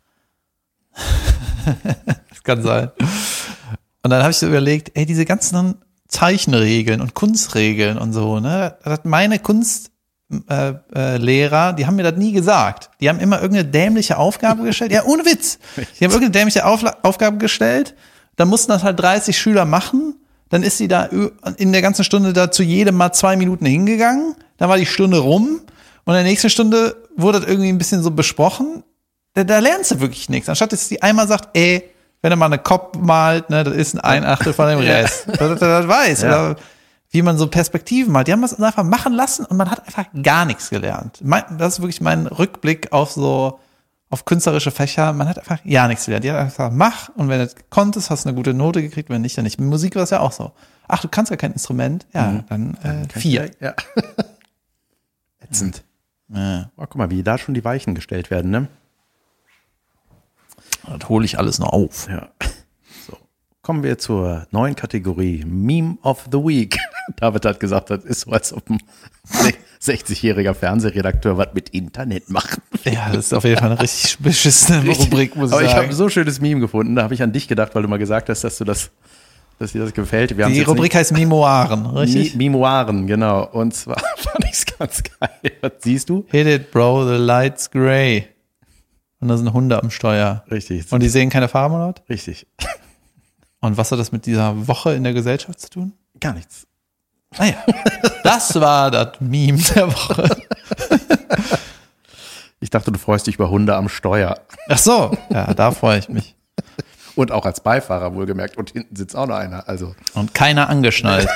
das kann sein. Und dann habe ich so überlegt, ey, diese ganzen Zeichenregeln und Kunstregeln und so, ne? Das hat meine Kunstlehrer, äh, äh, Lehrer, die haben mir das nie gesagt. Die haben immer irgendeine dämliche Aufgabe gestellt. Ja, ohne Witz. Die haben irgendeine dämliche Aufla- Aufgabe gestellt. Dann mussten das halt dreißig Schüler machen. Dann ist sie da ü- in der ganzen Stunde da zu jedem mal zwei Minuten hingegangen. Dann war die Stunde rum. Und in der nächsten Stunde wurde das irgendwie ein bisschen so besprochen. Da, da lernst du wirklich nichts. Anstatt dass die einmal sagt, ey, wenn er mal eine Kopf malt, ne, das ist ein ein Achtel von dem Rest. Dass er das weiß. Ja. Oder wie man so Perspektiven malt. Die haben das einfach machen lassen und man hat einfach gar nichts gelernt. Mein, das ist wirklich mein Rückblick auf so, auf künstlerische Fächer. Man hat einfach gar nichts gelernt. Die hat einfach gesagt, mach, und wenn du konntest, hast du eine gute Note gekriegt, wenn nicht, dann nicht. Mit Musik war es ja auch so. Ach, du kannst ja kein Instrument? Ja, dann äh, vier. Ja. Ätzend. Ja. Oh, guck mal, wie da schon die Weichen gestellt werden, ne? Das hole ich alles noch auf. Ja. So. Kommen wir zur neuen Kategorie Meme of the Week. David hat gesagt, das ist so, als ob ein sechzigjähriger Fernsehredakteur was mit Internet macht. Ja, das ist auf jeden Fall eine richtig beschissene Rubrik, muss ich Aber ich sagen. habe so ein schönes Meme gefunden, da habe ich an dich gedacht, weil du mal gesagt hast, dass du das, dass dir das gefällt. Wir haben's Die jetzt Rubrik heißt Memoiren, nicht- richtig? Mi- Memoiren, genau. Und zwar fand ich es ganz geil. Was siehst du? Hit it, bro, the light's gray. Und da sind Hunde am Steuer. Richtig. Und die sehen keine Farben oder was? Richtig. Und was hat das mit dieser Woche in der Gesellschaft zu tun? Gar nichts. Naja, das war das Meme der Woche. Ich dachte, du freust dich über Hunde am Steuer. Ach so, ja, da freue ich mich. Und auch als Beifahrer wohlgemerkt. Und hinten sitzt auch noch einer. Also, Und keiner angeschnallt.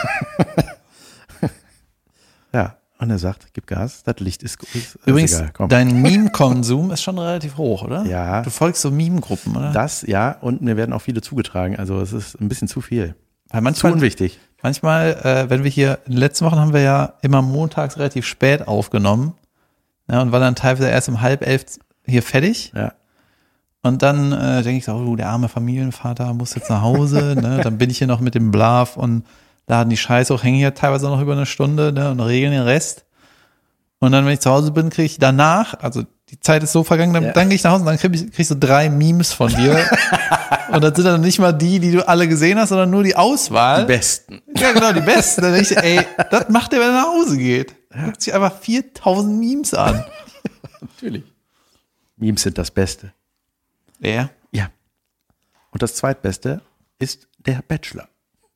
ja. Und er sagt, gib Gas, das Licht ist gut. Ist Übrigens, egal, komm. dein Meme-Konsum ist schon relativ hoch, oder? Ja. Du folgst so Meme-Gruppen, oder? Das, ja. Und mir werden auch viele zugetragen. Also, es ist ein bisschen zu viel. Weil Zu manchmal, unwichtig. manchmal äh, wenn wir hier, in den letzten Wochen haben wir ja immer montags relativ spät aufgenommen. Ja, und war dann teilweise erst um halb elf hier fertig. Ja. Und dann äh, denke ich so, oh, der arme Familienvater muss jetzt nach Hause. Ne? Dann bin ich hier noch mit dem Blav und laden die Scheiße hoch, hängen hier teilweise noch über eine Stunde, ne, und regeln den Rest. Und dann, wenn ich zu Hause bin, kriege ich danach, also die Zeit ist so vergangen, dann, Ja. dann gehe ich nach Hause und dann kriege ich, krieg ich so drei Memes von dir. Und das sind dann nicht mal die, die du alle gesehen hast, sondern nur die Auswahl. Die Besten. Ja, genau, die besten. Dann denke ich, ey, das macht er, wenn er nach Hause geht. Guckt sich einfach viertausend Memes an. Natürlich. Memes sind das Beste. Ja. Ja. Und das zweitbeste ist der Bachelor.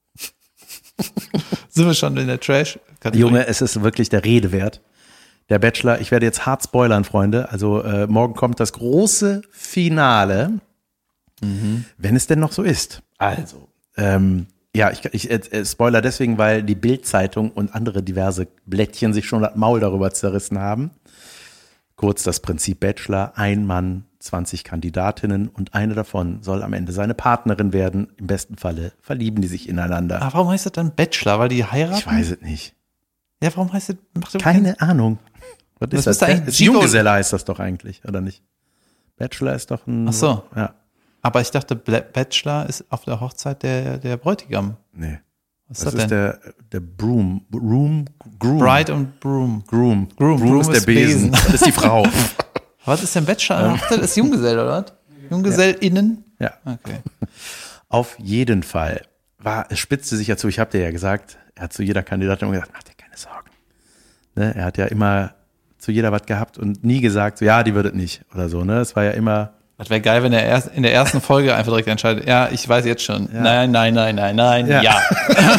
Sind wir schon in der Trash-Kategorie? Junge, es ist wirklich der Rede wert. Der Bachelor, ich werde jetzt hart spoilern, Freunde. Also äh, morgen kommt das große Finale, wenn es denn noch so ist. Also, ähm, ja, ich, ich äh, spoiler deswegen, weil die Bild-Zeitung und andere diverse Blättchen sich schon das Maul darüber zerrissen haben. Kurz das Prinzip Bachelor, ein Mann, zwanzig Kandidatinnen und eine davon soll am Ende seine Partnerin werden. Im besten Falle verlieben die sich ineinander. Aber warum heißt das dann Bachelor? Weil die heiraten? Ich weiß es nicht. Ja, warum heißt das? Macht das Keine Ahnung. Was Das ist das? müsste eigentlich das Gigolo- Junggeselle heißt das doch eigentlich, oder nicht? Bachelor ist doch ein. Ach so. Ja. Aber ich dachte, Bla- Bachelor ist auf der Hochzeit der, der Bräutigam. Nee. Was ist Das das ist denn? der, der Broom. Broom? Groom. Bride und Broom. Groom. Groom. Broom ist der Besen. Das ist die Frau. Was ist denn Bachelor? Hochzeit ist Junggesell, oder was? JunggesellInnen? Ja. Okay. Auf jeden Fall. War, es spitzte sich ja zu, ich habe dir ja gesagt, er hat zu jeder Kandidatin gesagt, mach dir keine Sorgen. Ne? Er hat ja immer zu jeder was gehabt und nie gesagt, so, ja, die wird es nicht oder so. Ne? Es war ja immer, Das wäre geil, wenn er erst in der ersten Folge einfach direkt entscheidet, ja, ich weiß jetzt schon. Ja. Nein, nein, nein, nein, nein, ja. Ja.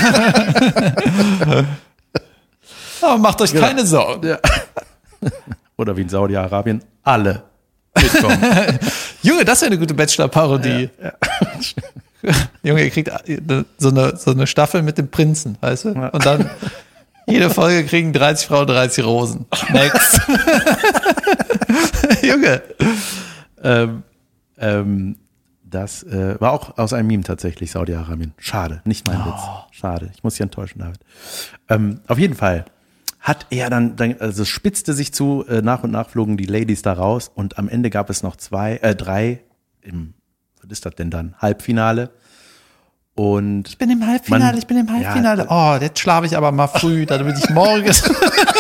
Aber macht euch keine Sorgen. ja. Oder wie in Saudi-Arabien, alle mitkommen. Junge, das wäre eine gute Bachelor-Parodie. Ja, ja. Junge, ihr kriegt so eine, so eine Staffel mit dem Prinzen, weißt du? Ja. Und dann jede Folge kriegen dreißig Frauen, dreißig Rosen. Next. Junge. ähm, ähm, das äh, war auch aus einem Meme tatsächlich, Saudi-Arabien. Schade, nicht mein Witz. Schade, ich muss dich enttäuschen, David. Ähm, auf jeden Fall hat er dann, dann also es spitzte sich zu, äh, nach und nach flogen die Ladies da raus und am Ende gab es noch zwei, äh, drei im, was ist das denn dann, Halbfinale. Und Ich bin im Halbfinale, Man- ich bin im ja. Halbfinale. Oh, jetzt schlafe ich aber mal früh, damit ich morgens.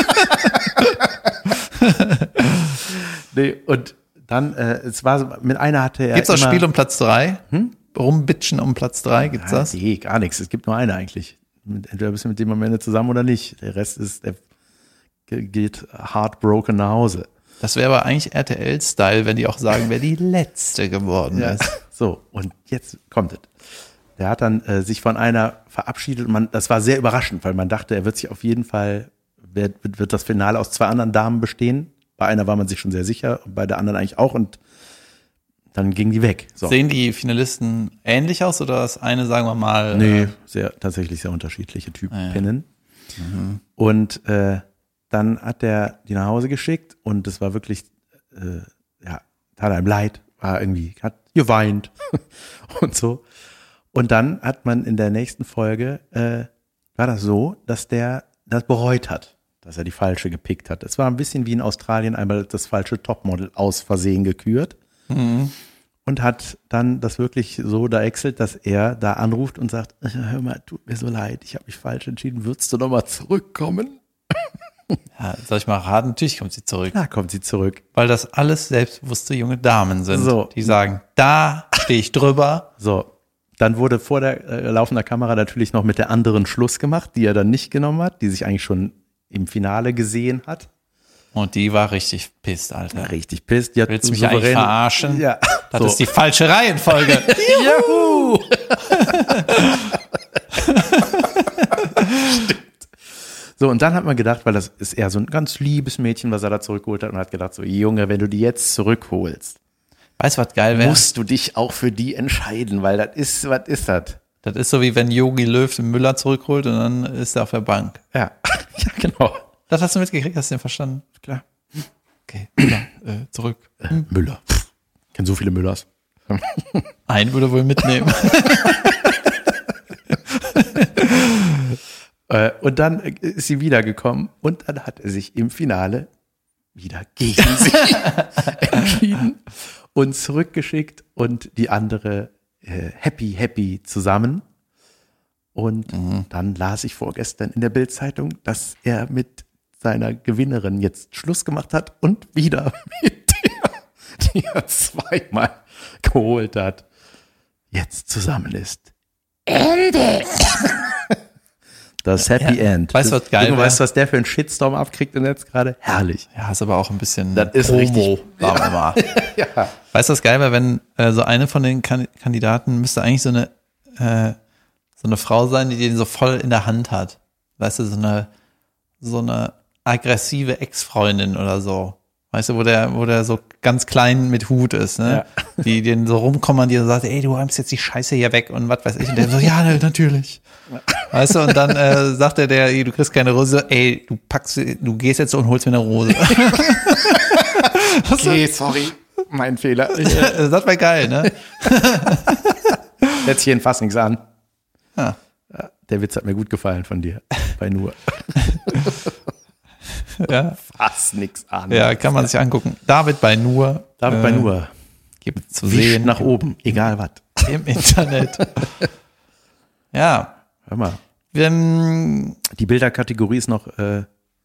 nee, und dann, äh, es war so, mit einer hatte er Gibt's auch immer, Spiel um Platz drei? Hm? Rumbitchen um Platz drei, gibt's das? Nee, gar nichts. Es gibt nur eine eigentlich. Entweder bist du mit dem am Ende zusammen oder nicht. Der Rest ist, der ge- geht heartbroken nach Hause. Das wäre aber eigentlich R T L-Style, wenn die auch sagen, wer die letzte geworden Ja. ist. So, und jetzt kommt es. Der hat dann äh, sich von einer verabschiedet und man, das war sehr überraschend, weil man dachte, er wird sich auf jeden Fall, wird, wird das Finale aus zwei anderen Damen bestehen. Bei einer war man sich schon sehr sicher, bei der anderen eigentlich auch und dann ging die weg. So. Sehen die Finalisten ähnlich aus oder das eine, sagen wir mal, Nee, äh, sehr, tatsächlich sehr unterschiedliche Ah, Typen. Und äh, dann hat der die nach Hause geschickt und das war wirklich, äh, ja, tat einem leid, war irgendwie, hat geweint und so. Und dann hat man in der nächsten Folge, äh, war das so, dass der das bereut hat, dass er die falsche gepickt hat. Es war ein bisschen wie in Australien einmal das falsche Topmodel aus Versehen gekürt. Und hat dann das wirklich so da exelt, dass er da anruft und sagt, hör mal, tut mir so leid, ich habe mich falsch entschieden, würdest du noch mal zurückkommen? ja, soll ich mal raten? Natürlich kommt sie zurück. Da kommt sie zurück. Weil das alles selbstbewusste junge Damen sind, So. die sagen, da stehe ich drüber. So, dann wurde vor der äh, laufender Kamera natürlich noch mit der anderen Schluss gemacht, die er dann nicht genommen hat, die sich eigentlich schon im Finale gesehen hat. Und die war richtig pisst, Alter. Richtig pisst. Die hat Willst du mich souverän- eigentlich verarschen? Ja. Das so. ist die falsche Reihenfolge. Juhu! So, und dann hat man gedacht, weil das ist eher so ein ganz liebes Mädchen, was er da zurückgeholt hat und hat gedacht so, Junge, wenn du die jetzt zurückholst, Weißt du, was geil wäre? musst du dich auch für die entscheiden, weil das ist, was ist das? Das ist so wie wenn Yogi Löw den Müller zurückholt und dann ist er auf der Bank. Ja, ja, genau. Das hast du mitgekriegt, hast du den verstanden? Klar. Okay, Müller, äh, zurück. Äh, Müller. Pff, ich kenn so viele Müllers. Einen würde wohl mitnehmen. Äh, und dann ist sie wiedergekommen und dann hat er sich im Finale wieder gegen sie entschieden und zurückgeschickt und die andere äh, happy, happy zusammen. Und Mhm. dann las ich vorgestern in der Bild-Zeitung, dass er mit seiner Gewinnerin jetzt Schluss gemacht hat und wieder mit der, die er zweimal geholt hat, jetzt zusammen ist. Ende! Das Happy Ja. End. Weißt du, was geil Junge, wär? weißt du, was der für einen Shitstorm abkriegt im Netz gerade? Herrlich. Ja, ist aber auch ein bisschen Das ist Promo, richtig- sagen wir mal. Ja. Weißt du, was geil wäre, wenn äh, so eine von den kan Kandidaten müsste eigentlich so eine äh, so eine Frau sein, die den so voll in der Hand hat. Weißt du, so eine so eine aggressive Ex-Freundin oder so. Weißt du, wo der, wo der so ganz klein mit Hut ist, ne? Ja. Die den so rumkommandiert und sagt, ey, du räumst jetzt die Scheiße hier weg und was weiß ich. Und der so, ja, natürlich. Weißt du, und dann äh, sagt er der, ey, du kriegst keine Rose, ey, du packst, du gehst jetzt und holst mir eine Rose. Okay, sorry. Mein Fehler. Ja, das wäre geil, ne? Setz hier in Fass nichts an. Ja. Ja, der Witz hat mir gut gefallen von dir. Bei nur. Ja, Fass nix an. ja, kann man sich angucken. David bei Nur. David äh, bei nur. gibt zu Wisch sehen nach oben, egal was. im Internet. Ja. Hör mal. Wenn, Die Bilderkategorie ist noch, äh,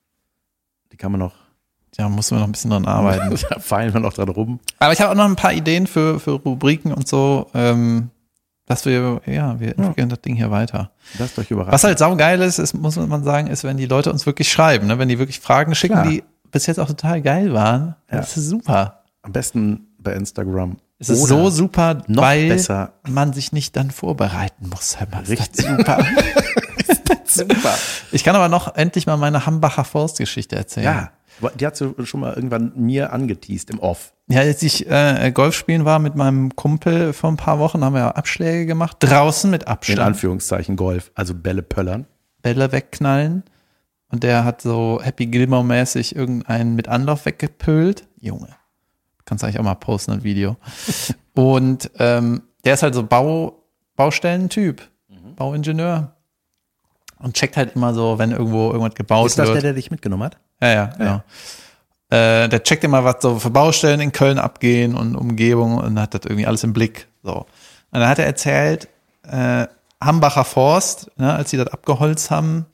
die kann man noch, ja, muss man noch ein bisschen dran arbeiten. da feilen wir noch dran rum. Aber ich habe auch noch ein paar Ideen für, für Rubriken und so, ähm, dass wir, ja, wir entwickeln das Ding hier weiter. Lasst euch überraschen. Was halt saugeil ist, ist, muss man sagen, ist, wenn die Leute uns wirklich schreiben, ne? Wenn die wirklich Fragen schicken, Klar. die bis jetzt auch total geil waren. Ja. Das ist super. Am besten bei Instagram. Es ist Oder so super, noch weil besser. man sich nicht dann vorbereiten muss. Hör mal, ist das Richtig. super. Super. Ich kann aber noch endlich mal meine Hambacher Forstgeschichte erzählen. Ja, die hast du schon mal irgendwann mir angeteased im Off. Ja, als ich äh, Golf spielen war mit meinem Kumpel vor ein paar Wochen, haben wir ja Abschläge gemacht. Draußen mit In Abstand. Anführungszeichen Golf, also Bälle pöllern. Bälle wegknallen. Und der hat so Happy Gilmore-mäßig irgendeinen mit Anlauf weggepölt. Junge. Kannst du eigentlich auch mal posten, ein Video. Und ähm, der ist halt so Bau, Baustellentyp. Mhm. Bauingenieur. Und checkt halt immer so, wenn irgendwo irgendwas gebaut Ist das wird. der, der dich mitgenommen hat? Ja, ja, genau. Äh, der checkt immer, was so für Baustellen in Köln abgehen und Umgebung und hat das irgendwie alles im Blick. So. Und dann hat er erzählt, äh, Hambacher Forst, ne, als sie das abgeholzt haben,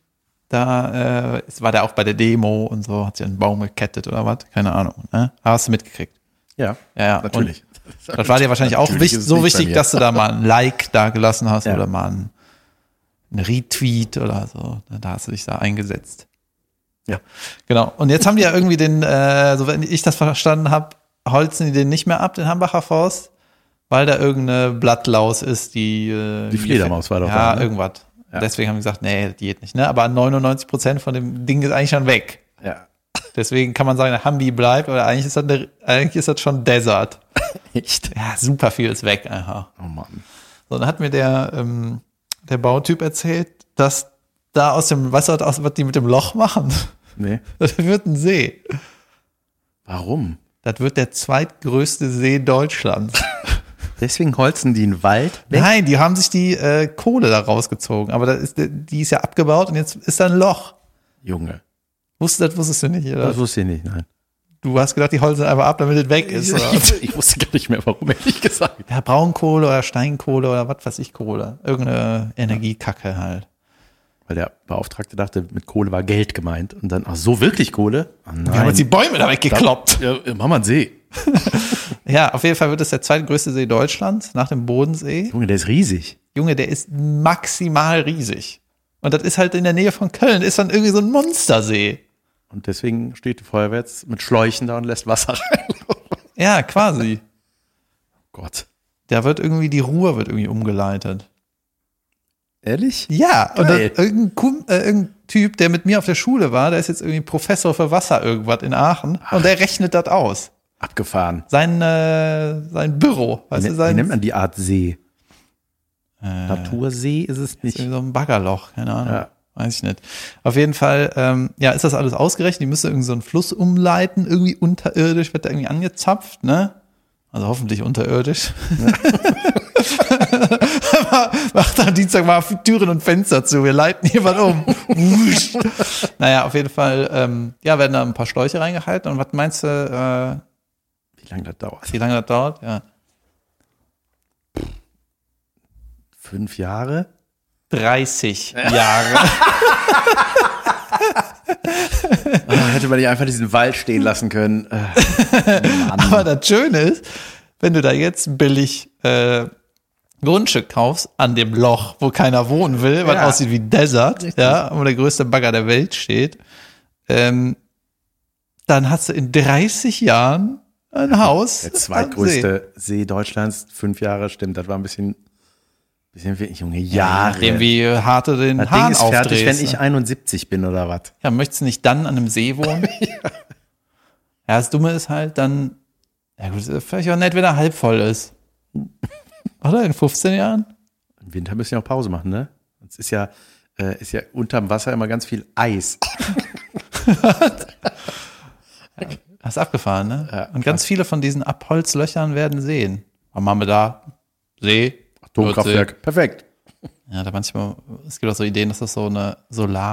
da äh, war der auch bei der Demo und so, hat sie einen Baum gekettet oder was, keine Ahnung. Ne? Hast du mitgekriegt? Ja, Ja, ja. natürlich. Und das war dir wahrscheinlich auch Natürlich wichtig, ist es so nicht bei wichtig, mir. dass du da mal ein Like da gelassen hast Ja. oder mal ein, ein Retweet oder so. Da hast du dich da eingesetzt. Ja. Genau. Und jetzt haben die ja irgendwie den, äh, so wenn ich das verstanden habe, holzen die den nicht mehr ab, den Hambacher Forst, weil da irgendeine Blattlaus ist, die äh, Die Fledermaus war doch ja, da, ne? irgendwas. Ja. Deswegen haben die gesagt, nee, die geht nicht. Ne? Aber neunundneunzig Prozent von dem Ding ist eigentlich schon weg. Ja. Deswegen kann man sagen, der Hambi bleibt, aber eigentlich ist das, eine, eigentlich ist das schon Desert. Echt? Ja, super viel ist weg einfach. Oh Mann. So, dann hat mir der, ähm, der Bautyp erzählt, dass da aus dem Wasser, aus, was die mit dem Loch machen, Nee. das wird ein See. Warum? Das wird der zweitgrößte See Deutschlands. Deswegen holzen die einen Wald weg? Nein, die haben sich die äh, Kohle da rausgezogen, aber das ist, die ist ja abgebaut und jetzt ist da ein Loch. Junge. Wusstest, das wusstest du nicht, oder? Das wusste ich nicht, nein. Du hast gedacht, die holzen einfach ab, damit es weg ist. Oder? Ich, ich wusste gar nicht mehr, warum, ehrlich gesagt. Ja, Braunkohle oder Steinkohle oder was weiß ich, Kohle. Irgendeine Energiekacke halt. Weil der Beauftragte dachte, mit Kohle war Geld gemeint. Und dann, ach so, wirklich Kohle? Oh nein. Wir haben jetzt die Bäume da weggekloppt. Ja, mach mal einen See. Ja, auf jeden Fall wird es der zweitgrößte See Deutschlands nach dem Bodensee. Junge, der ist riesig. Junge, der ist maximal riesig. Und das ist halt in der Nähe von Köln, ist dann irgendwie so ein Monstersee. Und deswegen steht die Feuerwehr jetzt mit Schläuchen da und lässt Wasser rein. Ja, quasi. Gott. Da wird irgendwie, die Ruhr wird irgendwie umgeleitet. Ehrlich? Ja, und Geil. dann irgendein, Kum- äh, irgendein Typ, der mit mir auf der Schule war, der ist jetzt irgendwie Professor für Wasser irgendwas in Aachen und der rechnet das aus. Abgefahren. Sein, äh, sein Büro, weißt Wie, du, wie sein nennt man die Art See? äh, Natursee ist es ist nicht. irgendwie so ein Baggerloch, keine Ahnung. Ja. Weiß ich nicht. Auf jeden Fall, ähm, ja, ist das alles ausgerechnet. Die müssen irgendwie so einen Fluss umleiten, irgendwie unterirdisch, wird da irgendwie angezapft, ne? Also hoffentlich unterirdisch. Macht am Dienstag mal Türen und Fenster zu, wir leiten hier was um. Wusch. Naja, auf jeden Fall, ähm, ja, werden da ein paar Schläuche reingehalten. Und was meinst du, äh, Wie lange das dauert? wie lange das dauert? Ja. Fünf Jahre? dreißig Jahre. Ah, hätte man nicht einfach diesen Wald stehen lassen können. Äh, Mann. Aber das Schöne ist, wenn du da jetzt billig äh, Grundstück kaufst an dem Loch, wo keiner wohnen will, was Ja. aussieht wie Desert, Richtig. ja, wo der größte Bagger der Welt steht, ähm, dann hast du in dreißig Jahren ein Haus. Der am See. zweitgrößte See Deutschlands, fünf Jahre, stimmt, das war ein bisschen, bisschen wirklich, Junge, Jahre. Dem wie hart du den das Hahn Ding ist fertig, aufdrehst. wenn ich einundsiebzig bin oder was. Ja, möchtest du nicht dann an einem See wohnen? ja. ja, das Dumme ist halt dann, ja gut, ist vielleicht auch nett, wenn er halb voll ist. Oder in fünfzehn Jahren? Im Winter müssen wir auch Pause machen, ne? Es ist ja, äh, ist ja unterm Wasser immer ganz viel Eis. Das ist abgefahren, ne? Ja, und ganz viele von diesen Abholzlöchern werden Seen. Was machen wir da? See? Atomkraftwerk, perfekt. Ja, da manchmal, es gibt auch so Ideen, dass das so eine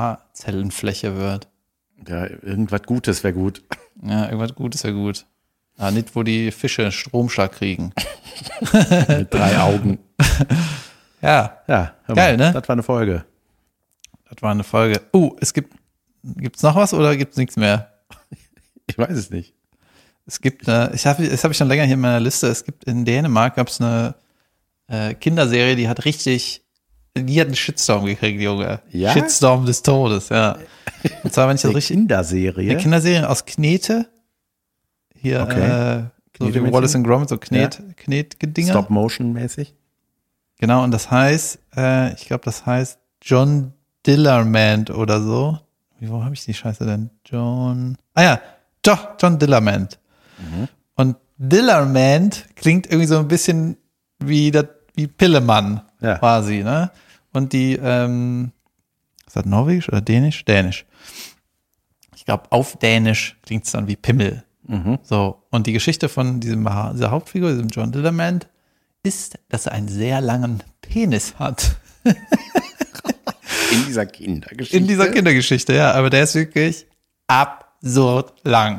Solarzellenfläche wird. Ja, irgendwas Gutes wäre gut. Ja, irgendwas Gutes wäre gut. Ah, nicht, wo die Fische Stromschlag kriegen. Mit drei Augen. Ja, Ja, hör mal, Geil, ne? Das war eine Folge. das war eine Folge. Oh, es gibt, gibt's noch was oder gibt's nichts mehr? Ich weiß es nicht. Es gibt eine, ich habe, das habe ich schon länger hier in meiner Liste. Es gibt in Dänemark gab's eine äh, Kinderserie, die hat richtig, die hat einen Shitstorm gekriegt, Junge. Ja? Shitstorm des Todes, ja. Und zwar, wenn ich das Eine richtig, Kinderserie. eine Kinderserie aus Knete. Hier, Okay. äh, so wie Knetemädchen? Wallace and Gromit, so Knet, Knetgedinger. Stop-Motion-mäßig. Genau, und das heißt, äh, ich glaube, das heißt John Dillermand oder so. Wie, wo habe ich die Scheiße denn? John, ah ja, doch, John Dillermand. Mhm. Und Dillermand klingt irgendwie so ein bisschen wie, das, wie Pillemann Ja. quasi, ne? Und die, ähm, ist das Norwegisch oder Dänisch? Dänisch. Ich glaube, auf Dänisch klingt es dann wie Pimmel. Mhm. So, und die Geschichte von diesem, Ha- dieser Hauptfigur, diesem John Dillermand, ist, dass er einen sehr langen Penis hat. In dieser Kindergeschichte. In dieser Kindergeschichte, ja. Aber der ist wirklich absurd lang.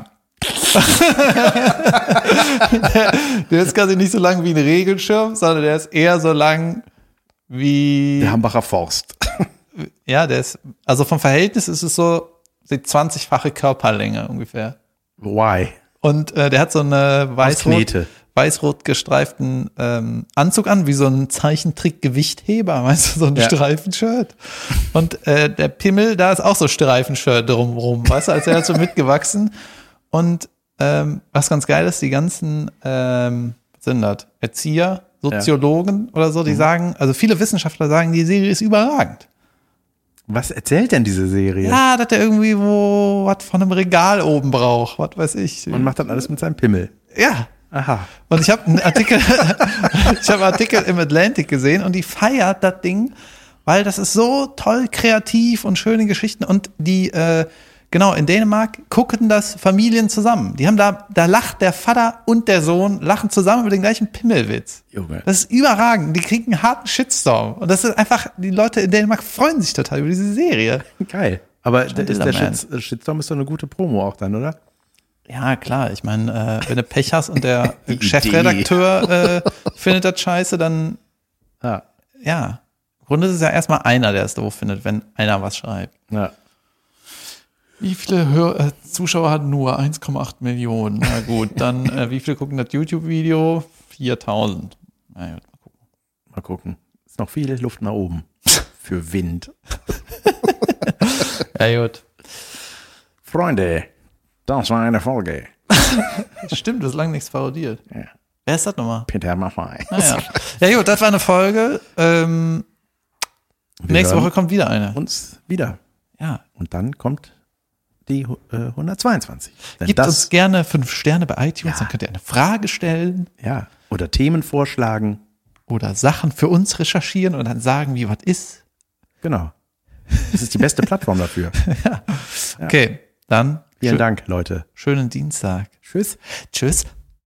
der, der ist quasi nicht so lang wie ein Regenschirm, sondern der ist eher so lang wie, Der Hambacher Forst. ja, der ist, also vom Verhältnis ist es so die zwanzigfache Körperlänge ungefähr. Why? Und äh, der hat so eine weiß-rot, Knete. weiß-rot gestreiften ähm, Anzug an, wie so ein Zeichentrick-Gewichtheber, weißt du, so ein Ja. Streifenshirt. Und äh, der Pimmel, da ist auch so Streifenshirt drumrum, weißt du, als wäre er so mitgewachsen. Und ähm, was ganz geil ist, die ganzen, ähm, was sind das, Erzieher, Soziologen oder so, die sagen, also viele Wissenschaftler sagen, die Serie ist überragend. Was erzählt denn diese Serie? Ja, dass der irgendwie wo was von einem Regal oben braucht, was weiß ich. Und macht dann alles mit seinem Pimmel. Ja. Aha. Und ich habe einen Artikel, ich habe einen Artikel im Atlantic gesehen und die feiert das Ding, weil das ist so toll kreativ und schöne Geschichten und die, äh, genau, in Dänemark gucken das Familien zusammen. Die haben da, da lacht der Vater und der Sohn, lachen zusammen über den gleichen Pimmelwitz. Junge. Das ist überragend. Die kriegen einen harten Shitstorm. Und das ist einfach, die Leute in Dänemark freuen sich total über diese Serie. Geil. Aber der, ist der Dillerman. Shits- Shitstorm ist doch eine gute Promo auch dann, oder? Ja, klar. Ich meine, äh, wenn du Pech hast und der Die Chefredakteur äh, findet das scheiße, dann, Ja. ja. Im Grunde ist es ja erstmal einer, der es doof findet, wenn einer was schreibt. Ja. Wie viele Hör äh, Zuschauer hat nur? eins Komma acht Millionen. Na gut, dann äh, wie viele gucken das YouTube-Video? viertausend. Na gut, mal gucken. Mal gucken. Ist noch viel Luft nach oben. Für Wind. Ja gut. Freunde, das war eine Folge. Stimmt, du hast lange nichts parodiert. Ja. Wer ist das nochmal? Peter Maffay. Naja. Ja gut, das war eine Folge. Ähm, Wir nächste hören Woche kommt wieder eine. uns wieder. Ja. Und dann kommt die äh, hundertzweiundzwanzig. Denn Gebt das, uns gerne fünf Sterne bei iTunes, Ja. dann könnt ihr eine Frage stellen ja, oder Themen vorschlagen. oder Sachen für uns recherchieren und dann sagen, wie was ist. Genau. Das ist die beste Plattform dafür. Okay, dann Vielen schö- Dank, Leute. schönen Dienstag. Tschüss. Tschüss.